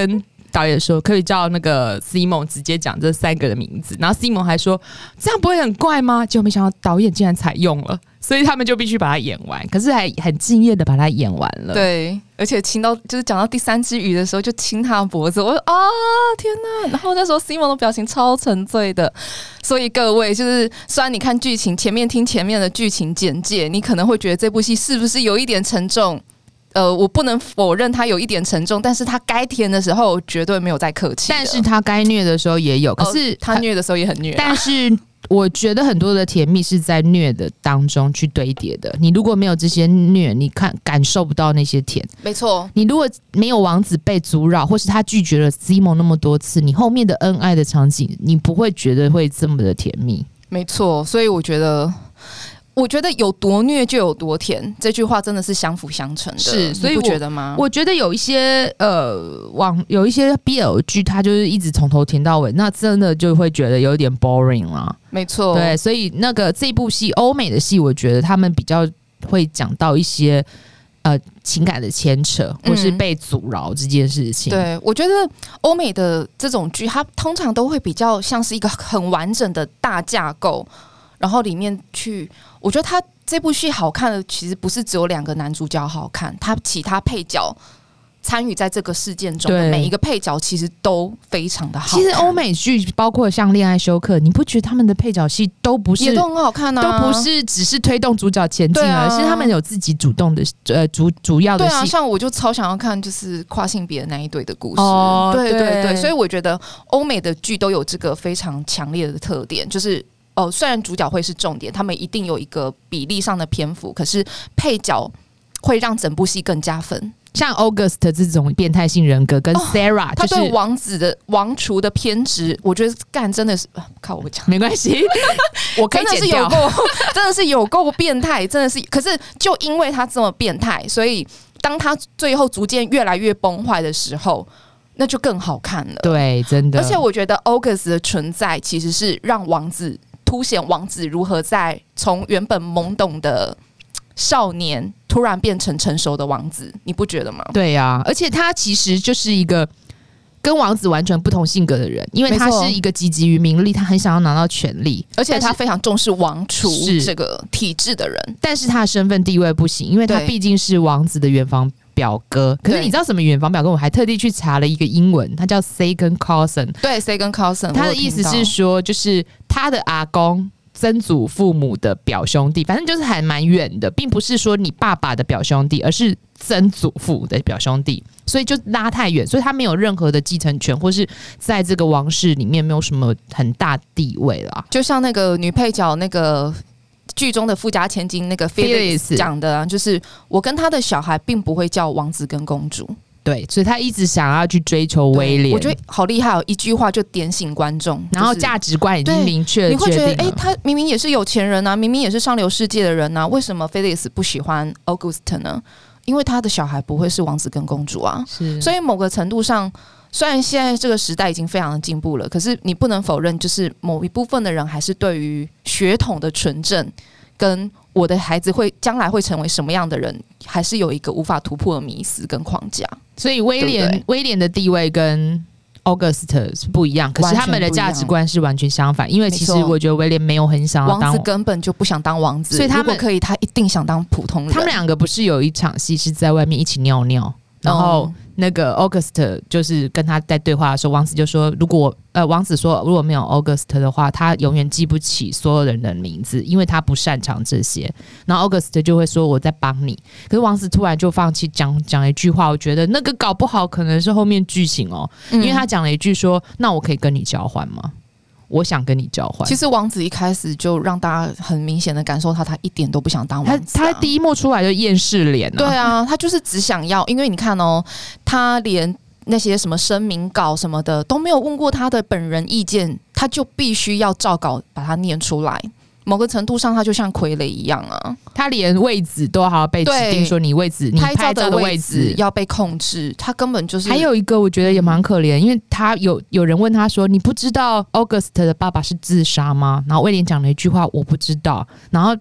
导演说可以叫那个 Simon 直接讲这3个的名字，然后 Simon 还说这样不会很怪吗？结果没想到导演竟然采用了，所以他们就必须把它演完，可是还很敬业的把它演完了。 对，而且亲到就是讲到第3只鱼的时候就亲他的脖子，我说天哪！然后那时候 Simon 的表情超沉醉的，所以各位就是虽然你看剧情前面听前面的剧情简介，你可能会觉得这部戏是不是有一点沉重？我不能否认它有一点沉重，但是它该甜的时候绝对没有再客气， 但是它该虐的时候也有，可是它虐的时候也很虐， 但是我觉得很多的甜蜜是在虐的当中去堆叠的。你如果没有这些虐，你感受不到那些甜。 没错， 你如果没有王子被阻扰，或是他拒绝了 Simon 那么多次，你后面的恩爱的场景，你不会觉得会这么的甜蜜。 没错，所以我觉得有多虐就有多甜，这句话真的是相辅相成的。 是，所以你不觉得吗？ 我觉得有一些有一些 BL 剧，它就是一直从头甜到尾，那真的就会觉得有点 boring 啦。 没错， 对，所以这部戏欧美的戏，我觉得他们比较会讲到一些情感的牵扯，或是被阻挠这件事情。 对，我觉得欧美的这种剧，它通常都会比较像是一个很完整的大架构。然后里面我觉得他这部戏好看的其实不是只有2个男主角好看，他其他配角参与在这个事件中的每一个配角其实都非常的好看。 其实欧美剧包括像《恋爱休克》，你不觉得他们的配角戏都不是也都很好看啊？ 都不是只是推动主角前进，而是他们有自己主动的主要的戏。 对啊，像我就超想要看就是跨性别那一对的故事。对，所以我觉得欧美的剧都有这个非常强烈的特点，就是虽然主角会是重点，他们一定有一个比例上的篇幅，可是配角会让整部戏更加分。 像 August 这种变态性人格跟 Sarah， 他对王储的偏执，我觉得真的是靠我讲没关系，我可以剪掉， 真的是有够变态，真的是。可是就因为他这么变态，所以当他最后逐渐越来越崩坏的时候，那就更好看了。 对，真的。 而且我觉得 August 的存在其实是让凸显王子如何在从原本懵懂的少年突然变成成熟的王子，你不觉得吗？ 对啊，而且他其实就是一个跟王子完全不同性格的人，因为他是一个汲汲于名利，他很想要拿到权力， 而且他非常重视王储这个体制的人。 但是他的身份地位不行，因为他毕竟是王子的远房表哥。可是你知道什么远房表哥？我还特地去查了一个英文，他叫 Second Cousin。 对 ，Second Cousin， 他的意思是说，就是他的阿公曾祖父母的表兄弟，反正就是还蛮远的，并不是说你爸爸的表兄弟，而是曾祖父的表兄弟，所以就拉太远，所以他没有任何的继承权，或是在这个王室里面没有什么很大地位啦。 就像那个女配角那个剧中的富家千金那个 Phyllis 讲的啊，就是我跟他的小孩并不会叫王子跟公主。 对，所以他一直想要去追求威廉， 我觉得好厉害哦！一句话就点醒观众， 然后价值观已经明确你会觉得，他明明也是有钱人啊，明明也是上流世界的人啊，为什么 Phyllis 不喜欢 August 呢？因为他的小孩不会是王子跟公主啊。所以某个程度上，虽然现在这个时代已经非常的进步了，可是你不能否认，就是某一部分的人还是对于血统的纯正跟我的孩子将来会成为什么样的人，还是有一个无法突破的迷思跟框架。 所以威廉的地位跟 August 是不一样，可是他们的价值观是完全相反。因为其实我觉得威廉没有很想要当王子，根本就不想当王子， 所以他们如果可以，他一定想当普通人。 他们2个不是有一场戏是在外面一起尿尿，然后那个 August 就是跟他在对话的时候，王子就说王子说如果没有 August 的话，他永远记不起所有人的名字，因为他不擅长这些。然后 August 就会说我在帮你，可是王子突然就放弃讲一句话，我觉得那个搞不好可能是后面剧情哦，因为他讲了一句说那我可以跟你交换吗？我想跟你交换。 其实王子一开始就让大家很明显的感受他一点都不想当王子， 他第一幕出来就厌世脸啊。 对啊，他就是只想要，因为你看哦，他连那些什么声明稿什么的都没有问过他的本人意见，他就必须要照稿把它念出来。某个程度上，他就像傀儡一样啊， 他连位置都还要被指定，说你位置，你拍照的位置要被控制，他根本就是。 还有一个我觉得也蛮可怜，因为他有人问他说：“你不知道 August 的爸爸是自杀吗？”然后威廉讲了一句话：“我不知道。”然后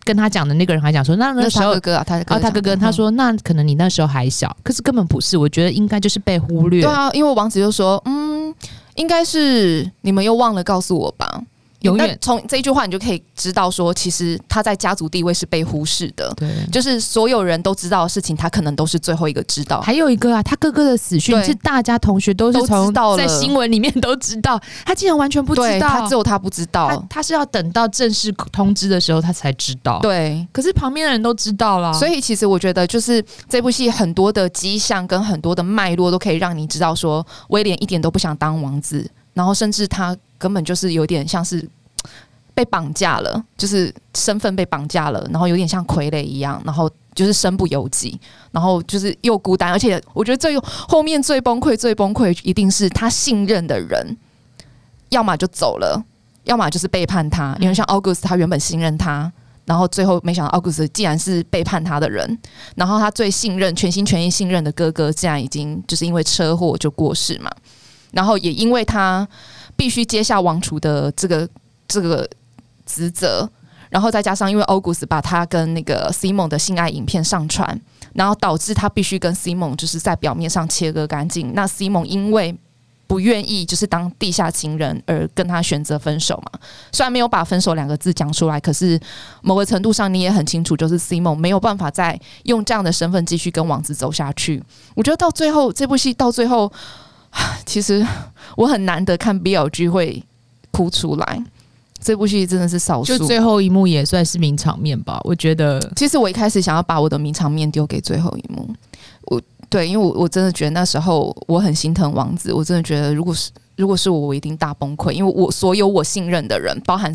跟他讲的那个人还讲说，那时候他哥哥啊，他哥哥他说那可能你那时候还小，可是根本不是，我觉得应该就是被忽略。 对啊，因为王子就说应该是你们又忘了告诉我吧。永远从这一句话你就可以知道说，其实他在家族地位是被忽视的，对，就是所有人都知道的事情，他可能都是最后一个知道。 还有一个啊，他哥哥的死讯是大家同学都是从在新闻里面都知道，他竟然完全不知道， 对，他只有他不知道， 他是要等到正式通知的时候他才知道， 对， 可是旁边的人都知道了， 所以其实我觉得就是这部戏很多的迹象跟很多的脉络都可以让你知道说，威廉一点都不想当王子，然后甚至他根本就是有点像是被绑架了，就是身份被绑架了，然后有点像傀儡一样，然后就是身不由己，然后就是又孤单，而且我觉得后面最崩溃一定是他信任的人，要么就走了，要么就是背叛他。因为像 August 他原本信任他，然后最后没想到 August 竟然是背叛他的人，然后他最信任、全心全意信任的哥哥，竟然已经就是因为车祸就过世嘛，然后也因为他必须接下王储的这个职责，然后再加上因为 August 把他跟那个 Simon 的性爱影片上传，然后导致他必须跟 Simon 就是在表面上切割干净。那 Simon 因为不愿意就是当地下情人而跟他选择分手嘛，虽然没有把分手2个字讲出来，可是某个程度上你也很清楚，就是 Simon 没有办法再用这样的身份继续跟王子走下去。我觉得到最后这部戏到最后，其实我很难得看 BL 会哭出来，这部戏真的是少数， 就最后一幕也算是名场面吧。我觉得， 其实我一开始想要把我的名场面丢给最后一幕，对，因为我真的觉得那时候我很心疼王子，我真的觉得如果是我一定大崩溃，因为我所有我信任的人，包含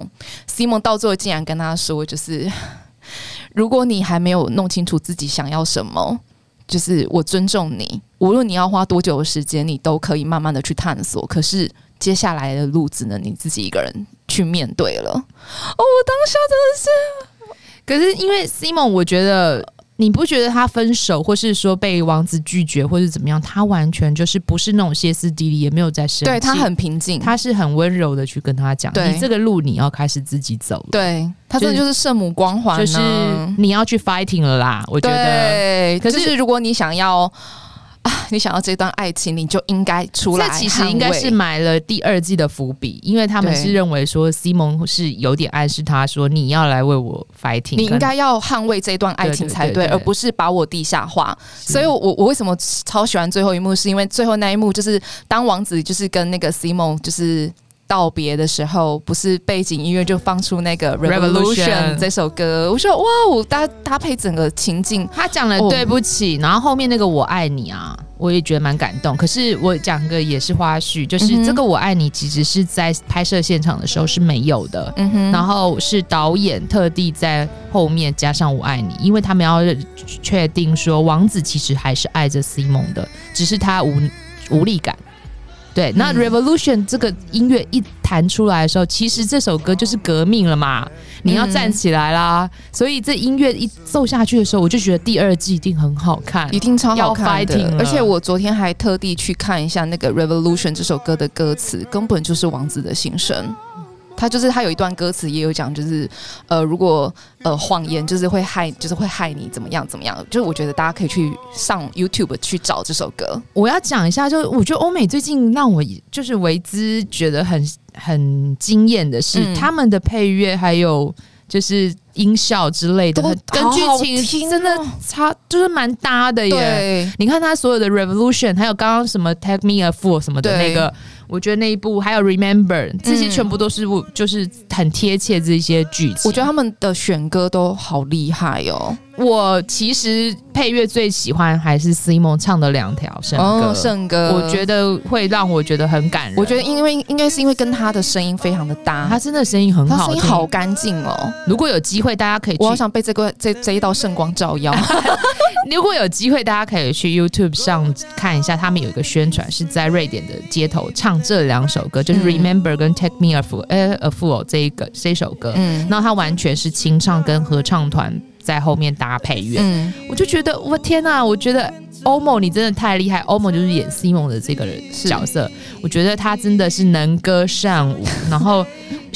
Simon 到最后竟然跟他说，就是如果你还没有弄清楚自己想要什么，就是我尊重你，无论你要花多久的时间，你都可以慢慢的去探索，可是接下来的路只能你自己一个人去面对了。我当下真的是， 可是因为 Simon 我觉得你不觉得他分手或是说被王子拒绝或是怎么样，他完全就是不是那种歇斯底里，也没有在生气， 对，他很平静， 他是很温柔的去跟他讲，你这个路你要开始自己走了， 对，他真的就是圣母光环， 就是你要去 fighting 了啦，我觉得。 对，可是如果你想要这段爱情，你就应该出来捍卫。这其实应该是埋了第2季的伏笔，因为他们是认为说西蒙是有点暗示他说你要来为我 fighting， 你应该要捍卫这段爱情才 对，而不是把我地下化。所以我为什么超喜欢最后一幕，是因为最后那一幕就是当王子就是跟那个 Simon 就是道别的时候，不是背景音乐就放出那个 Revolution 这首歌，我说哇，我搭配整个情境， 他讲了对不起，然后后面那个我爱你啊，我也觉得蛮感动。可是我讲个也是花絮，就是这个我爱你其实是在拍摄现场的时候是没有的，然后是导演特地在后面加上我爱你，因为他们要确定说王子其实还是爱着 Simon 的，只是他无力感。对，那 Revolution 这个音乐一弹出来的时候，其实这首歌就是革命了嘛，你要站起来啦。所以这音乐一奏下去的时候，我就觉得第2季一定很好看， 一定超好看的。而且我昨天还特地去看一下那个 Revolution 这首歌的歌词，根本就是王子的心声。他有一段歌词也有讲，就是如果谎言就是会害你怎么样，就是我觉得大家可以去上 YouTube 去找这首歌。 我要讲一下，就是我觉得欧美最近让我就是为之觉得很惊艳的是，他们的配乐还有就是音效之类的，跟剧情真的差，就是蛮搭的耶。你看他所有的 Revolution， 还有刚刚什么 Take Me a Fool 什么的那个。我觉得那一部还有 Remember 这些全部都是就是很贴切这些剧情。 我觉得他们的选歌都好厉害哦。 我其实配乐最喜欢还是 Simon 唱的2条圣歌，我觉得会让我觉得很感人。 我觉得应该是因为跟他的声音非常的搭， 他真的声音很好听， 他声音好干净哦。 如果有机会，大家可以去， 我好想被这一道圣光照耀。 如果有机会，大家可以去 YouTube 上看一下，他们有一个宣传是在瑞典的街头唱这2首歌，就是 Remember 跟 Take Me a Fool 这首歌，然后它完全是清唱跟合唱团在后面搭配乐，我就觉得我天哪，我觉得欧某你真的太厉害，欧某就是演 Simon 的这个角色，我觉得他真的是能歌善舞，然后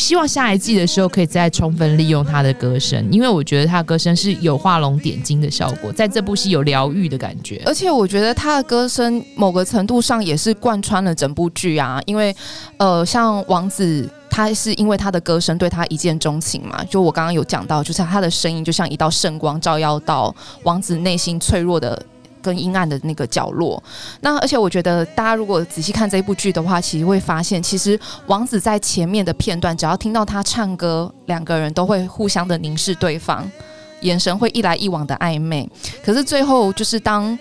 希望下一季的时候可以再充分利用他的歌声，因为我觉得他的歌声是有画龙点睛的效果，在这部戏有疗愈的感觉。 而且我觉得他的歌声某个程度上也是贯穿了整部剧啊，因为像王子。他是因为他的歌声对他一见钟情嘛，就我刚刚有讲到，就是他的声音就像一道圣光，照耀到王子内心脆弱的跟阴暗的那个角落。那而且我觉得大家如果仔细看这一部剧的话，其实会发现，其实王子在前面的片段，只要听到他唱歌，两个人都会互相的凝视对方，眼神会一来一往的暧昧。可是最后就是当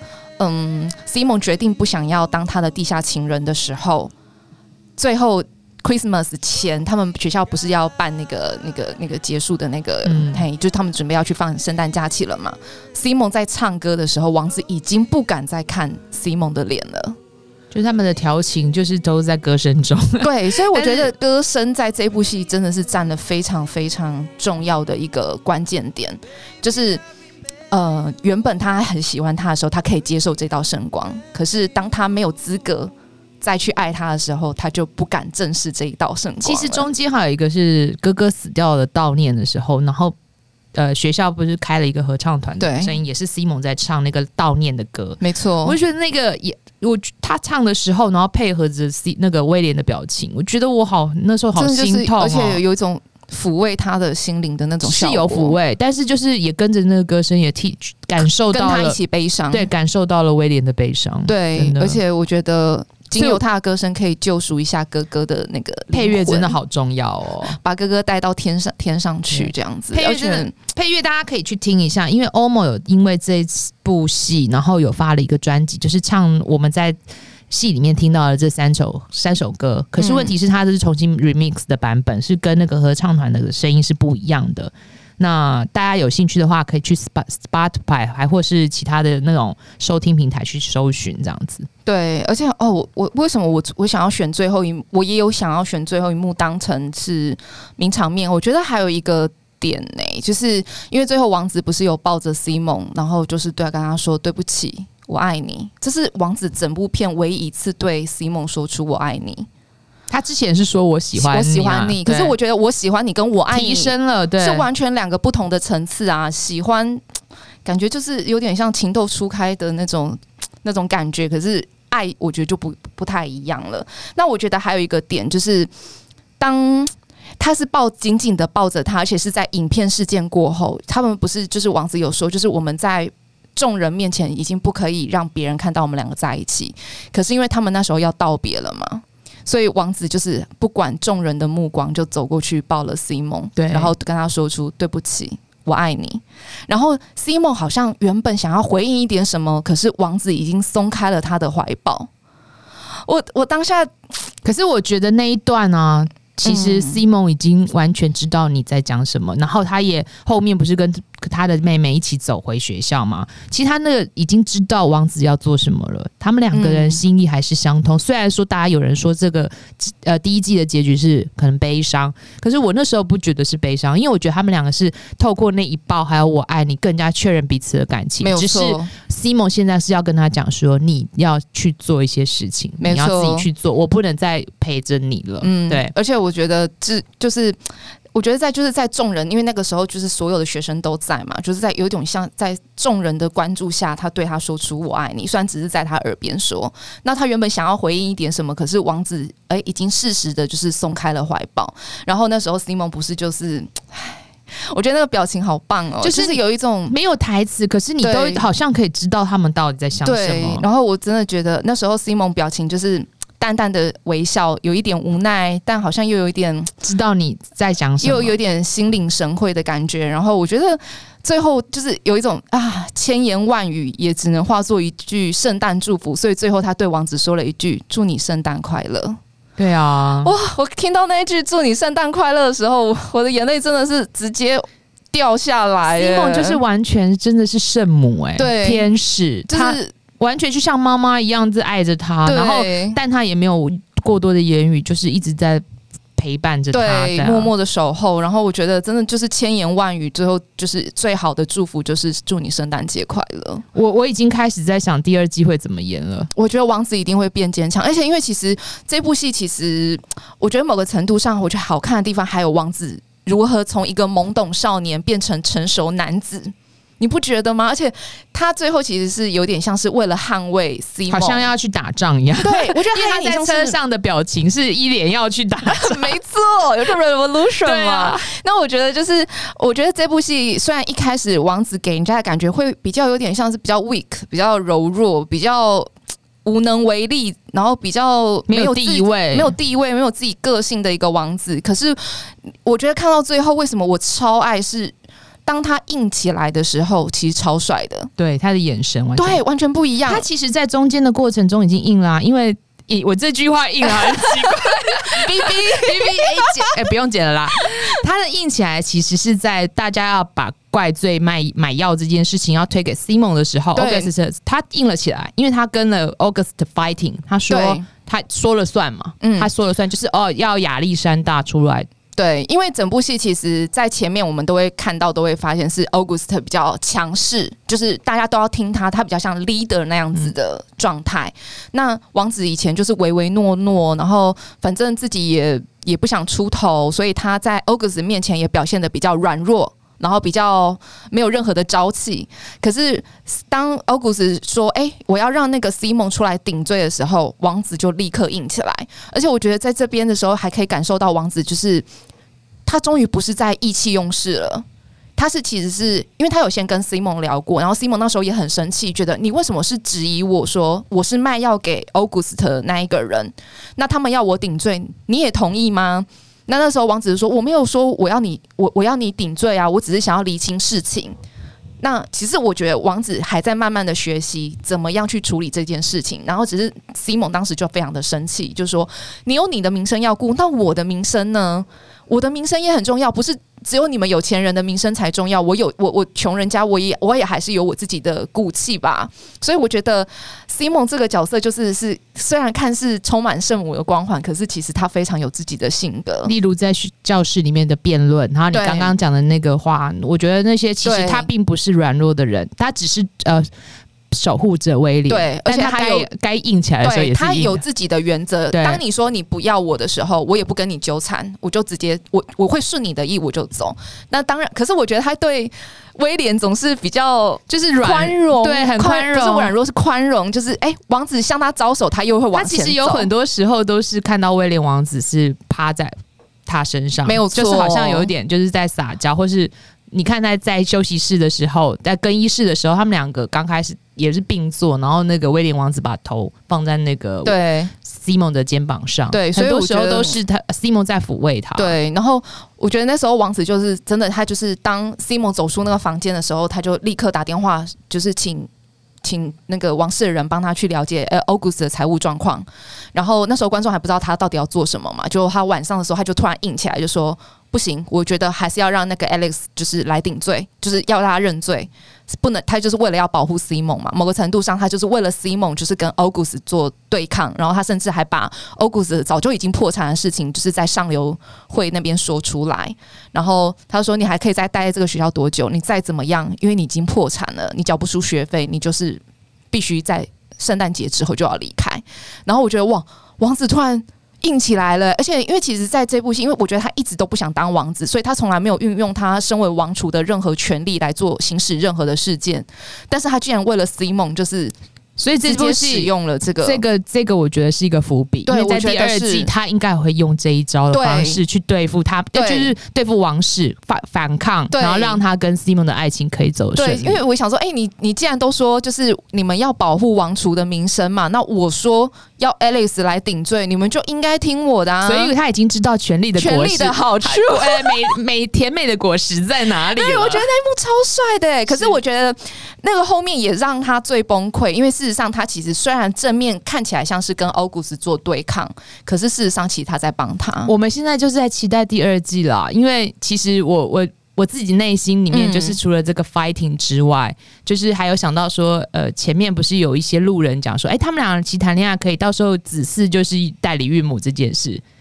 Simon 决定不想要当他的地下情人的时候，最后Christmas 前，他们学校不是要办那个结束的那个，就是他们准备要去放圣诞假期了嘛。Simon 在唱歌的时候，王子已经不敢再看 Simon 的脸了， 就是他们的调情，就是都在歌声中。 对，所以我觉得歌声在这部戏真的是占了非常非常重要的一个关键点，就是原本他很喜欢他的时候，他可以接受这道圣光，可是当他没有资格再去爱他的时候，他就不敢正视这一道圣光。 其实中间还有一个是哥哥死掉的悼念的时候，然后学校不是开了一个合唱团的声音，也是 Simon 在唱那个悼念的歌。 没错， 我就觉得那个他唱的时候，然后配合着那个威廉的表情，我觉得我那时候好心痛， 而且有一种抚慰他的心灵的那种效果， 是有抚慰，但是就是也跟着那个歌声也感受到了， 跟他一起悲伤， 对，感受到了威廉的悲伤。 对，而且我觉得经由他的歌声可以救赎一下哥哥的那个配乐，真的好重要哦， 把哥哥带到天上去这样子。 配乐真的，配乐大家可以去听一下，因为 OMO 有因为这部戏，然后有发了一个专辑，就是唱我们在戏里面听到的这三首歌，可是问题是它这是重新 remix 的版本，是跟那个合唱团的声音是不一样的。那大家有兴趣的话，可以去 Spotify 还或是其他的那种收听平台去搜寻这样子。 对，而且我为什么我想要选最后一幕，我也有想要选最后一幕当成是名场面。我觉得还有一个点呢，就是因为最后王子不是有抱着 Simon， 然后就是跟他说对不起，我爱你。这是王子整部片唯一一次对 Simon 说出我爱你。 他之前是说我喜欢你， 可是我觉得我喜欢你跟我爱你提升了，对， 是完全两个不同的层次啊。喜欢感觉就是有点像情窦初开的那种感觉，可是爱我觉得就不太一样了。那我觉得还有一个点就是，当他是紧紧的抱着他，而且是在影片事件过后，他们不是就是王子有说，就是我们在众人面前已经不可以让别人看到我们两个在一起，可是因为他们那时候要道别了嘛。所以王子就是不管众人的目光，就走过去抱了 Simon， 对，然后跟他说出对不起，我爱你。然后 Simon 好像原本想要回应一点什么，可是王子已经松开了他的怀抱。我当下， 可是我觉得那一段啊，其实 Simon 已经完全知道你在讲什么，然后他也后面不是跟他的妹妹一起走回学校吗？其实他那个已经知道王子要做什么了，他们两个人心意还是相通。虽然说大家有人说这个第一季的结局是可能悲伤，可是我那时候不觉得是悲伤，因为我觉得他们两个是透过那一抱还有我爱你更加确认彼此的感情。 没有错， 只是 Simon 现在是要跟他讲说你要去做一些事情，你要自己去做，我不能再陪着你了。对， 而且我觉得就是我觉得在众人，因为那个时候就是所有的学生都在嘛，就是在有一种像在众人的关注下，他对他说出我爱你，虽然只是在他耳边说，那他原本想要回应一点什么，可是王子已经适时的就是松开了怀抱。然后那时候 Simon 不是就是我觉得那个表情好棒哦，就是有一种没有台词，可是你都好像可以知道他们到底在想什么。 对，然后我真的觉得那时候 Simon 表情就是淡淡的微笑，有一点无奈，但好像又有一点知道你在讲什么， 又有点心领神会的感觉。然后我觉得最后就是有一种千言万语也只能化作一句圣诞祝福，所以最后他对王子说了一句祝你圣诞快乐。 对啊， 哇！我听到那一句祝你圣诞快乐的时候，我的眼泪真的是直接掉下来。 Simon 就是完全真的是圣母对， 天使，就是完全就像妈妈一样子爱着他，然后但他也没有过多的言语，就是一直在陪伴着他， 对，默默的守候。然后我觉得真的就是千言万语，最后就是最好的祝福就是祝你圣诞节快乐。 我已经开始在想第二季会怎么演了。 我觉得王子一定会变坚强，而且因为其实这部戏其实我觉得某个程度上，我觉得好看的地方还有王子如何从一个懵懂少年变成成熟男子。你不觉得吗？而且他最后其实是有点像是为了捍卫 C 梦， 好像要去打仗一样。 对，我觉得他在车上的表情是一脸要去打仗。 没错，有个 revolution 嘛。 啊、 那我觉得我觉得这部戏虽然一开始王子给人家的感觉会比较有点像是比较 weak， 比较柔弱，比较无能为力，然后比较没有地位， 没有自己个性的一个王子。可是我觉得看到最后，为什么我超爱是？当他硬起来的时候，其实超帅的。 对，他的眼神完全不一样。 他其实，在中间的过程中已经硬了、因为我这句话硬了很奇怪。B B A 不用剪了啦。他的硬起来其实是在大家要把怪罪买药这件事情要推给 Simon 的时候 ，August 他硬了起来，因为他跟了 August fighting， 他说了算嘛，他说了算，就是要亚历山大出来。 对，因为整部戏其实在前面我们都会看到，都会发现是 August 比较强势，就是大家都要听他比较像 leader 那样子的状态。那王子以前就是唯唯诺诺，然后反正自己也不想出头，所以他在 August 面前也表现得比较软弱。然后比较没有任何的朝气，可是当 August 说我要让那个 Simon 出来顶罪的时候，王子就立刻硬起来。而且我觉得在这边的时候还可以感受到王子就是他终于不是在意气用事了，他其实是因为他有先跟 Simon 聊过，然后 Simon 那时候也很生气，觉得你为什么是质疑我说我是卖药给 August 的那一个人，那他们要我顶罪你也同意吗？那时候王子说我没有说我要你顶罪啊，我只是想要厘清事情。那其实我觉得王子还在慢慢的学习怎么样去处理这件事情，然后只是 Simon 当时就非常的生气，就说你有你的名声要顾，那我的名声呢？我的名声也很重要，不是只有你们有钱人的名声才重要，我穷人家我也还是有我自己的骨气吧。所以我觉得 Simon 这个角色就是虽然看似充满圣母的光环，可是其实他非常有自己的性格。 例如在教室里面的辩论，然后你刚刚讲的那个话，我觉得那些其实他并不是软弱的人，他只是守护着威廉， 对，而且他该硬起来的时候也是硬的， 他有自己的原则。当你说你不要我的时候，我也不跟你纠缠，我就直接我会顺你的意，我就走。那当然，可是我觉得他对威廉总是比较就是宽容， 对，很宽容， 不是软弱，是宽容。就是王子向他招手，他又会往前走。 他其实有很多时候都是看到威廉王子是趴在他身上， 没有错， 就是好像有一点就是在撒娇，或是。你看他在休息室的时候，在更衣室的时候，他们两个刚开始也是并坐，然后那个威廉王子把头放在那个对 Simon 的肩膀上， 对， 很多时候都是他 Simon 在抚慰他。 对，然后我觉得那时候王子就是真的，他就是当 Simon 走出那个房间的时候，他就立刻打电话，就是请那个王室的人帮他去了解August 的财务状况。然后那时候观众还不知道他到底要做什么嘛，就他晚上的时候他就突然硬起来，就说不行，我觉得还是要让那个 Alex 就是来顶罪，就是要让他认罪，不能，他就是为了要保护 Simon 嘛，某个程度上他就是为了 Simon 就是跟 August 做对抗，然后他甚至还把 August 早就已经破产的事情就是在上流会那边说出来，然后他说你还可以再待在这个学校多久，你再怎么样，因为你已经破产了，你缴不出学费，你就是必须在圣诞节之后就要离开。然后我觉得哇，王子突然硬起来了，而且因为其实在这部戏，因为我觉得他一直都不想当王子，所以他从来没有运用他身为王储的任何权利来做行使任何的事件，但是他竟然为了 Simon 就是所以这部戏使用了这个，我觉得是一个伏笔，因为在第二季他应该会用这一招的方式去对付他，就是对付王室反抗，然后让他跟 Simon 的爱情可以走顺利。 对，因为我想说，你既然都说就是你们要保护王储的名声嘛，那我说要 Alex 来顶罪，你们就应该听我的啊。 所以他已经知道权力的好处， 甜美的果实在哪里了。 对，我觉得那一幕超帅的，可是我觉得那个后面也让他最崩溃，因为事实上他其实虽然正面看起来像是跟 August 做对抗，可是事实上其实他在帮他。 我们现在就是在期待第二季啦，因为其实我自己内心里面就是除了这个 fighting 之外，就是还有想到说，前面不是有一些路人讲说，他们俩其实谈恋爱可以，到时候子嗣就是代理孕母这件事。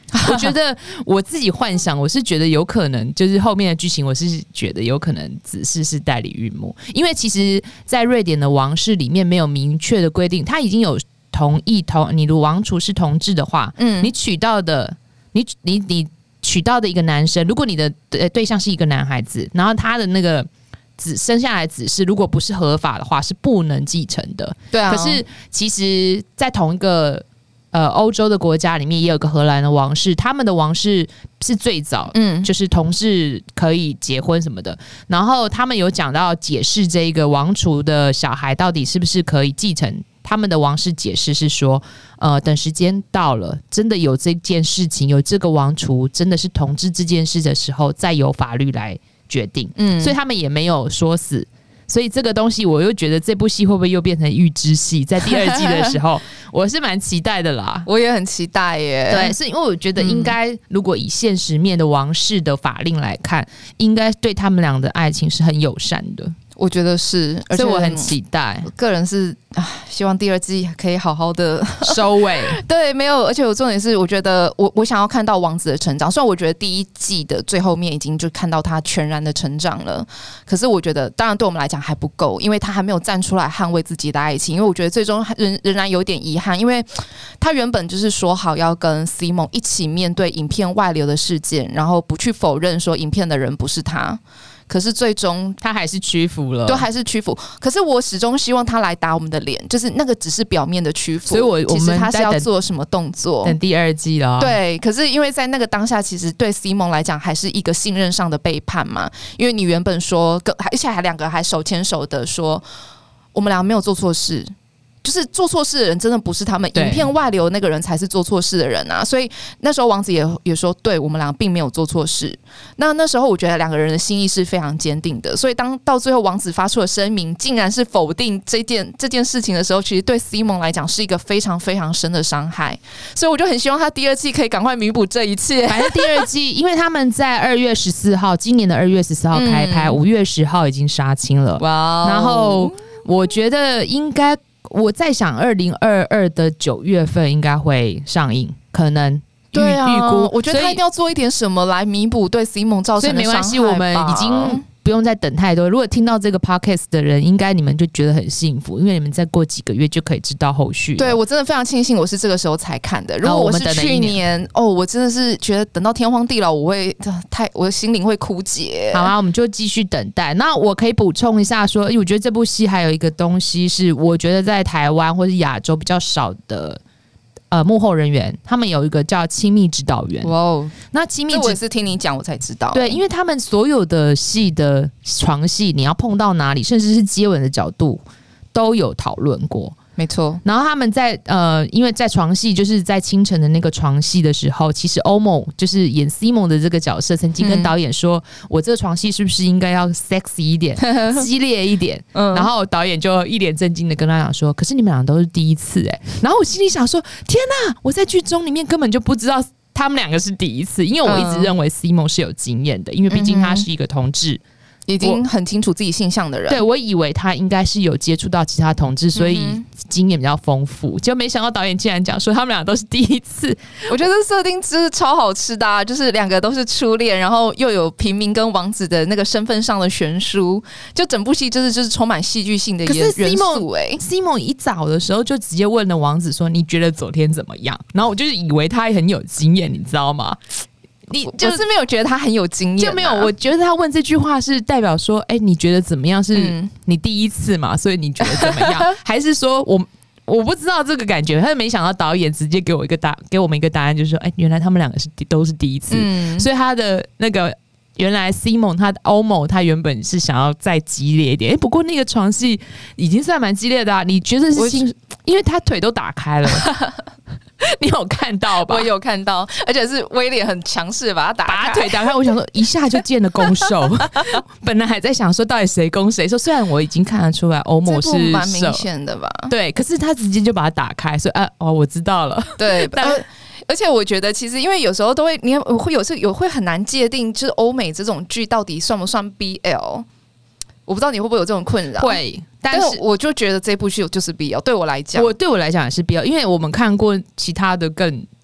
我觉得我自己幻想，我是觉得有可能，就是后面的剧情，我是觉得有可能子嗣是代理孕母，因为其实，在瑞典的王室里面没有明确的规定，他已经有同意你的王储是同志的话，你娶到的，你娶到的一个男生，如果你的对象是一个男孩子，然后他的那个生下来子嗣如果不是合法的话，是不能继承的。 对啊， 可是其实，在同一个欧洲的国家里面，也有个荷兰的王室，他们的王室是最早，就是同志可以结婚什么的。然后他们有讲到解释这个王储的小孩到底是不是可以继承。他们的王室解释是说，等时间到了，真的有这件事情，有这个王储真的是同志这件事的时候，再由法律来决定。所以他们也没有说死。所以这个东西，我又觉得这部戏会不会又变成预知戏？在第2季的时候，我是蛮期待的啦。 我也很期待耶。 对，是因为我觉得应该，如果以现实面的王室的法令来看，应该对他们俩的爱情是很友善的。 我觉得是，而且所以我很期待。 我个人是希望第2季可以好好的收尾。 对，没有，而且我重点是，我觉得我想要看到王子的成长。虽然我觉得第1季的最后面已经就看到他全然的成长了，可是我觉得，当然对我们来讲还不够，因为他还没有站出来捍卫自己的爱情。因为我觉得最终仍然有点遗憾，因为他原本就是说好要跟 Simon 一起面对影片外流的事件，然后不去否认说影片的人不是他。可是最终他还是屈服了， 对，还是屈服。可是我始终希望他来打我们的脸，就是那个只是表面的屈服， 所以我其实他是要做什么动作？ 等第2季了。 对，可是因为在那个当下，其实对 Simon 来讲还是一个信任上的背叛嘛。因为你原本说，而且还2个还手牵手的说，我们俩没有做错事。就是做错事的人真的不是他们，影片外流那个人才是做错事的人啊！所以那时候王子也说，对我们俩并没有做错事。那时候我觉得2个人的心意是非常坚定的，所以当到最后王子发出了声明，竟然是否定这件事情的时候，其实对 Simon 来讲是一个非常非常深的伤害。所以我就很希望他第2季可以赶快弥补这一切。 反正第2季，因为他们在2月14号，今年的2月14号开拍，5月10号已经杀青了。哇！然后我觉得应该。我在想，2022的9月份应该会上映，可能对啊， 预估。 我觉得他一定要做一点什么来弥补对 Simon 造成的伤害吧。 所以没关系，我们已经不用再等太多。如果听到这个 podcast 的人，应该你们就觉得很幸福，因为你们再过几个月就可以知道后续了。 对，我真的非常庆幸我是这个时候才看的。如果我是去年，我真的是觉得等到天荒地老，我的心灵会枯竭。 好啊，我们就继续等待。那我可以补充一下说，我觉得这部戏还有一个东西是，我觉得在台湾或是亚洲比较少的。幕后人员，他们有一个叫亲密指导员。哇哦，那亲密我也是听你讲我才知道。 对，因为他们所有的戏的床戏，你要碰到哪里，甚至是接吻的角度，都有讨论过。 没错。 然后他们在因为在床戏，就是在清晨的那个床戏的时候，其实欧某就是演 Simon 的这个角色，曾经跟导演说：“我这个床戏是不是应该要 sexy 一点、激烈一点？”然后导演就一脸震惊的跟他讲说：“可是你们俩都是第一次哎。”然后我心里想说：“天哪！我在剧中里面根本就不知道他们2个是第一次，因为我一直认为 Simon 是有经验的，因为毕竟他是一个同志。” 已经很清楚自己性向的人， 对，我以为他应该是有接触到其他同志，所以经验比较丰富。结果没想到导演竟然讲说他们俩都是第一次。 我觉得设定真是超好吃的啊，就是2个都是初恋，然后又有平民跟王子的那个身份上的悬殊，就整部戏就是充满戏剧性的元素。 Simon 一早的时候就直接问了王子说：“你觉得昨天怎么样？”然后我就是以为他很有经验，你知道吗？ 我是没有觉得他很有经验， 就没有。我觉得他问这句话是代表说，你觉得怎么样？是你第一次嘛，所以你觉得怎么样？还是说我不知道这个感觉？他没想到导演直接给我们一个答案，就是说，原来他们2个都是第一次，所以他的那个原来 Simon 他的欧某他原本是想要再激烈一点，不过那个床戏已经算蛮激烈的啊。你觉得是因为他腿都打开了。你有看到吧？ 我有看到，而且是威廉很强势把他腿打开。我想说，一下就见了攻受。本来还在想说，到底谁攻谁受？虽然我已经看得出来欧某是蛮明显的吧？ 对，可是他直接就把它打开，所以我知道了。 对，而且我觉得，其实因为有时候都会，你会很难界定，就是欧美这种剧到底算不算 BL。我不知道你会不会有这种困扰？ 会， 但是我就觉得这部剧就是 BL，对我来讲， 对我来讲也是 BL，因为我们看过其他的更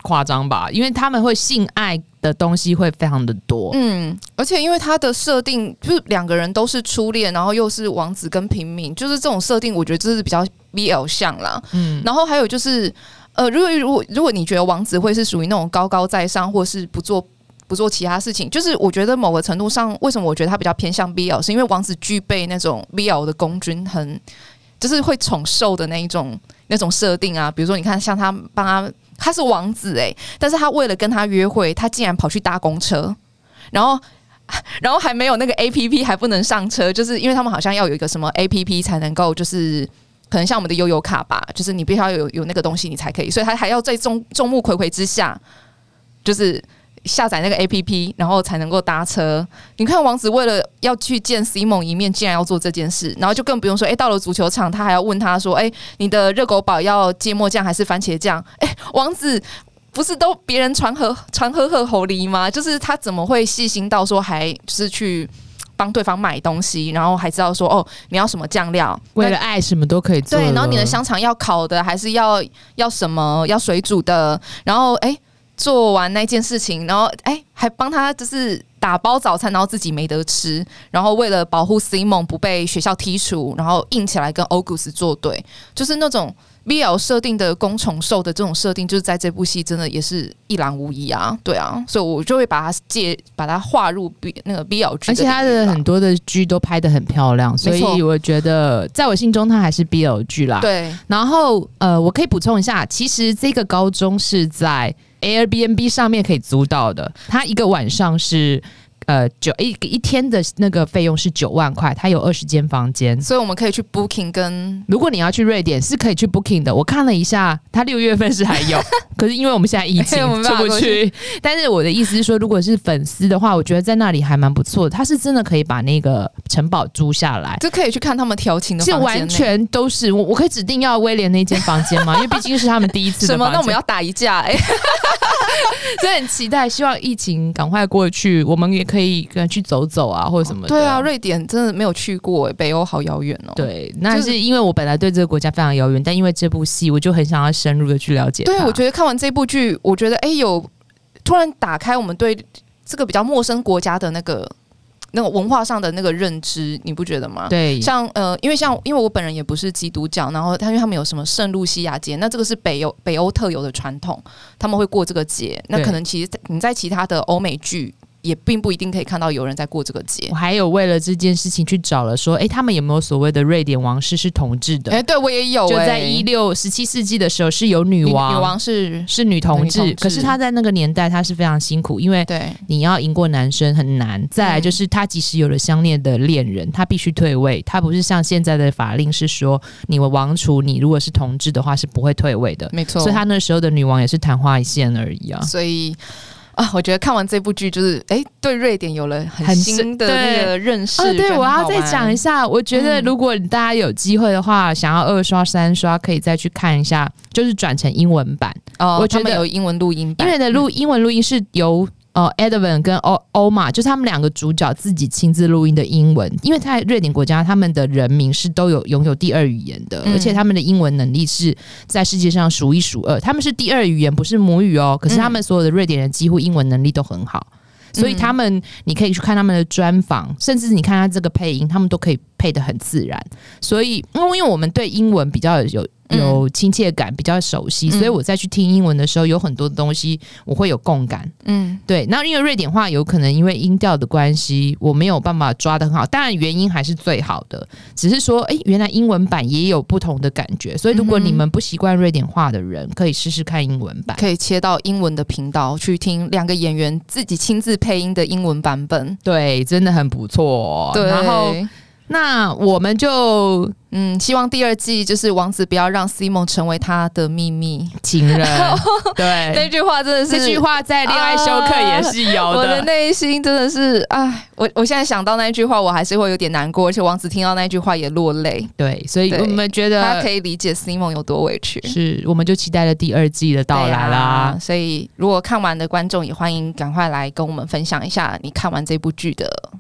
夸张吧，因为他们会性爱的东西会非常的多。 而且因为他的设定就是两个人都是初恋，然后又是王子跟平民，就是这种设定，我觉得这是比较 BL 向啦。然后还有就是，如果你觉得王子会是属于那种高高在上，或是不做其他事情，就是我觉得某个程度上，为什么我觉得他比较偏向 BL， 是因为王子具备那种 BL 的公君就是会宠受的那种设定啊。比如说，你看像他是王子但是他为了跟他约会，他竟然跑去搭公车，然后还没有那个 APP 还不能上车，就是因为他们好像要有一个什么 APP 才能够就是可能像我们的悠游卡吧，就是你必须要有那个东西你才可以，所以他还要在众目睽睽之下，就是下载那个 APP， 然后才能够搭车。你看王子为了要去见 Simon 一面，竟然要做这件事，然后就更不用说，到了足球场，他还要问他说，你的热狗堡要芥末酱还是番茄酱？王子不是都别人传呵侯梨吗？就是他怎么会细心到说还就是去帮对方买东西，然后还知道说你要什么酱料， 为了爱什么都可以做。 对，然后你的香肠要烤的还是要什么要水煮的，然后做完那件事情，然后还帮他就是打包早餐，然后自己没得吃，然后为了保护 Simon 不被学校剔除，然后硬起来跟 August 作对，就是那种 BL 设定的公宠兽的这种设定，就是在这部戏真的也是一览无遗啊。对啊，所以我就会把它划入那个 BL 剧， 而且他的很多的剧都拍得很漂亮，所以我觉得在我心中它还是 BL 剧啦。 对， 然后我可以补充一下，其实这个高中是在 Airbnb 上面可以租到的，它一个晚上是一天的那个费用是9万块，它有20间房间， 所以我们可以去 booking 跟。 如果你要去瑞典是可以去 booking 的，我看了一下，它6月份是还有，可是因为我们现在疫情出不去。但是我的意思是说，如果是粉丝的话，我觉得在那里还蛮不错的，它是真的可以把那个城堡租下来， 就可以去看他们调情的房间， 是完全都是我可以指定要威廉那间房间吗？因为毕竟是他们第一次的房间。 什么？那我们要打一架所以很期待，希望疫情赶快过去，我们也可以去走走啊，或者什么的。 对啊，瑞典真的没有去过北欧好遥远哦。 对，那是因为我本来对这个国家非常遥远，但因为这部戏，我就很想要深入的去了解它。 对，我觉得看完这部剧，我觉得有突然打开我们对这个比较陌生国家的那个文化上的那个认知，你不觉得吗？ 对， 因为我本人也不是基督教，然后因为他们有什么圣露西亚节，那这个是北欧特有的传统，他们会过这个节。那可能其实你在其他的欧美剧也并不一定可以看到有人在过这个节。 我还有为了这件事情去找了说，他们有没有所谓的瑞典王室是同志的？ 对我也有， 就在17世纪的时候是有女王是女同志，可是她在那个年代她是非常辛苦，因为你要赢过男生很难。再来就是她即使有了相恋的恋人，她必须退位，她不是像现在的法令是说你王储你如果是同志的话是不会退位的， 没错。 所以她那时候的女王也是昙花一现而已啊。 所以我觉得看完这部剧，就是对瑞典有了很新的那个认识。 对，我要再讲一下，我觉得如果大家有机会的话，想要2刷3刷，可以再去看一下，就是转成英文版。 我觉得有英文录音版， 因为的英文录音是由Edwin 跟欧玛，就是他们2个主角自己亲自录音的英文，因为在瑞典国家，他们的人民是都拥有第2语言的，而且他们的英文能力是在世界上数1数2，他们是第2语言，不是母语哦。可是他们所有的瑞典人几乎英文能力都很好，所以你可以去看他们的专访，甚至你看他这个配音，他们都可以配得很自然。所以，因为我们对英文比较有亲切感，比较熟悉，所以我在去听英文的时候，有很多东西我会有共感。对。那因为瑞典话有可能因为音调的关系，我没有办法抓得很好，当然原音还是最好的，只是说原来英文版也有不同的感觉，所以如果你们不习惯瑞典话的人，可以试试看英文版， 可以切到英文的频道去听2个演员自己亲自配音的英文版本。 对，真的很不错。 对， 然后那我们就希望第2季就是王子不要让 Simon 成为他的秘密情人。对， 那句话真的是， 这句话在恋爱休克也是有的。 我的内心真的是，我现在想到那句话，我还是会有点难过，而且王子听到那句话也落泪。 对，所以我们觉得他可以理解 Simon 有多委屈。 是，我们就期待了第2季的到来啦。 所以如果看完的观众也欢迎赶快来跟我们分享一下你看完这部剧的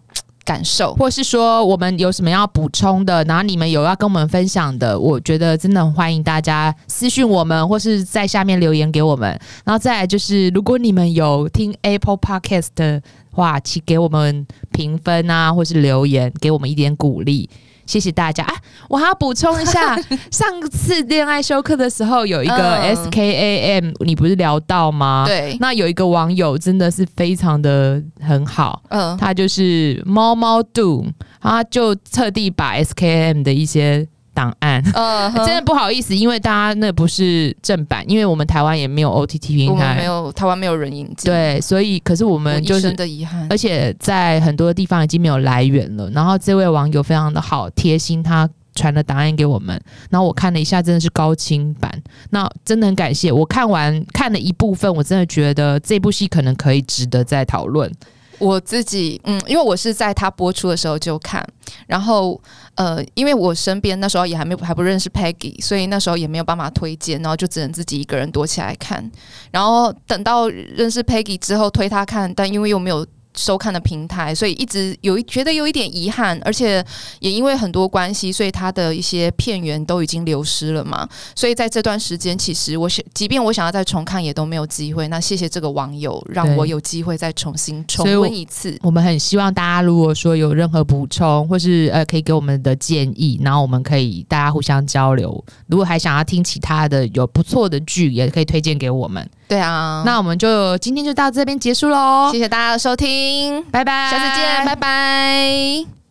感受， 或是说我们有什么要补充的，然后你们有要跟我们分享的，我觉得真的很欢迎大家私讯我们，或是在下面留言给我们。然后再来就是，如果你们有听 Apple Podcast 的话，请给我们评分啊，或是留言，给我们一点鼓励。谢谢大家啊！我还要补充一下，上次恋爱修课的时候有一个 SKAM，你不是聊到吗？ 对， 那有一个网友真的是非常的很好，他就是猫猫度，他就特地把 SKAM 的一些档案，真的不好意思，因为大家那不是正版，因为我们台湾也没有 OTT 平台， 我们没有，台湾没有人引进， 对，所以可是我们就是的遗憾， 而且在很多地方已经没有来源了。然后这位网友非常的好，贴心，他传了档案给我们，然后我看了一下，真的是高清版，那真的很感谢。我看了一部分，我真的觉得这部戏可能可以值得再讨论。 我自己因为我是在他播出的时候就看，然后因为我身边那时候也还不认识 Peggy， 所以那时候也没有办法推荐，然后就只能自己一个人躲起来看。然后等到认识 Peggy 之后推他看，但因为又没有收看的平台，所以一直觉得有一点遗憾，而且也因为很多关系，所以他的一些片源都已经流失了嘛。所以在这段时间，其实即便我想要再重看，也都没有机会。那谢谢这个网友，让我有机会再重新重温一次。 我们很希望大家如果说有任何补充，或是可以给我们的建议，然后我们可以大家互相交流。如果还想要听其他的有不错的剧，也可以推荐给我们。 对啊， 那我们就今天就到这边结束咯， 谢谢大家的收听， 拜拜， 下次见，拜拜。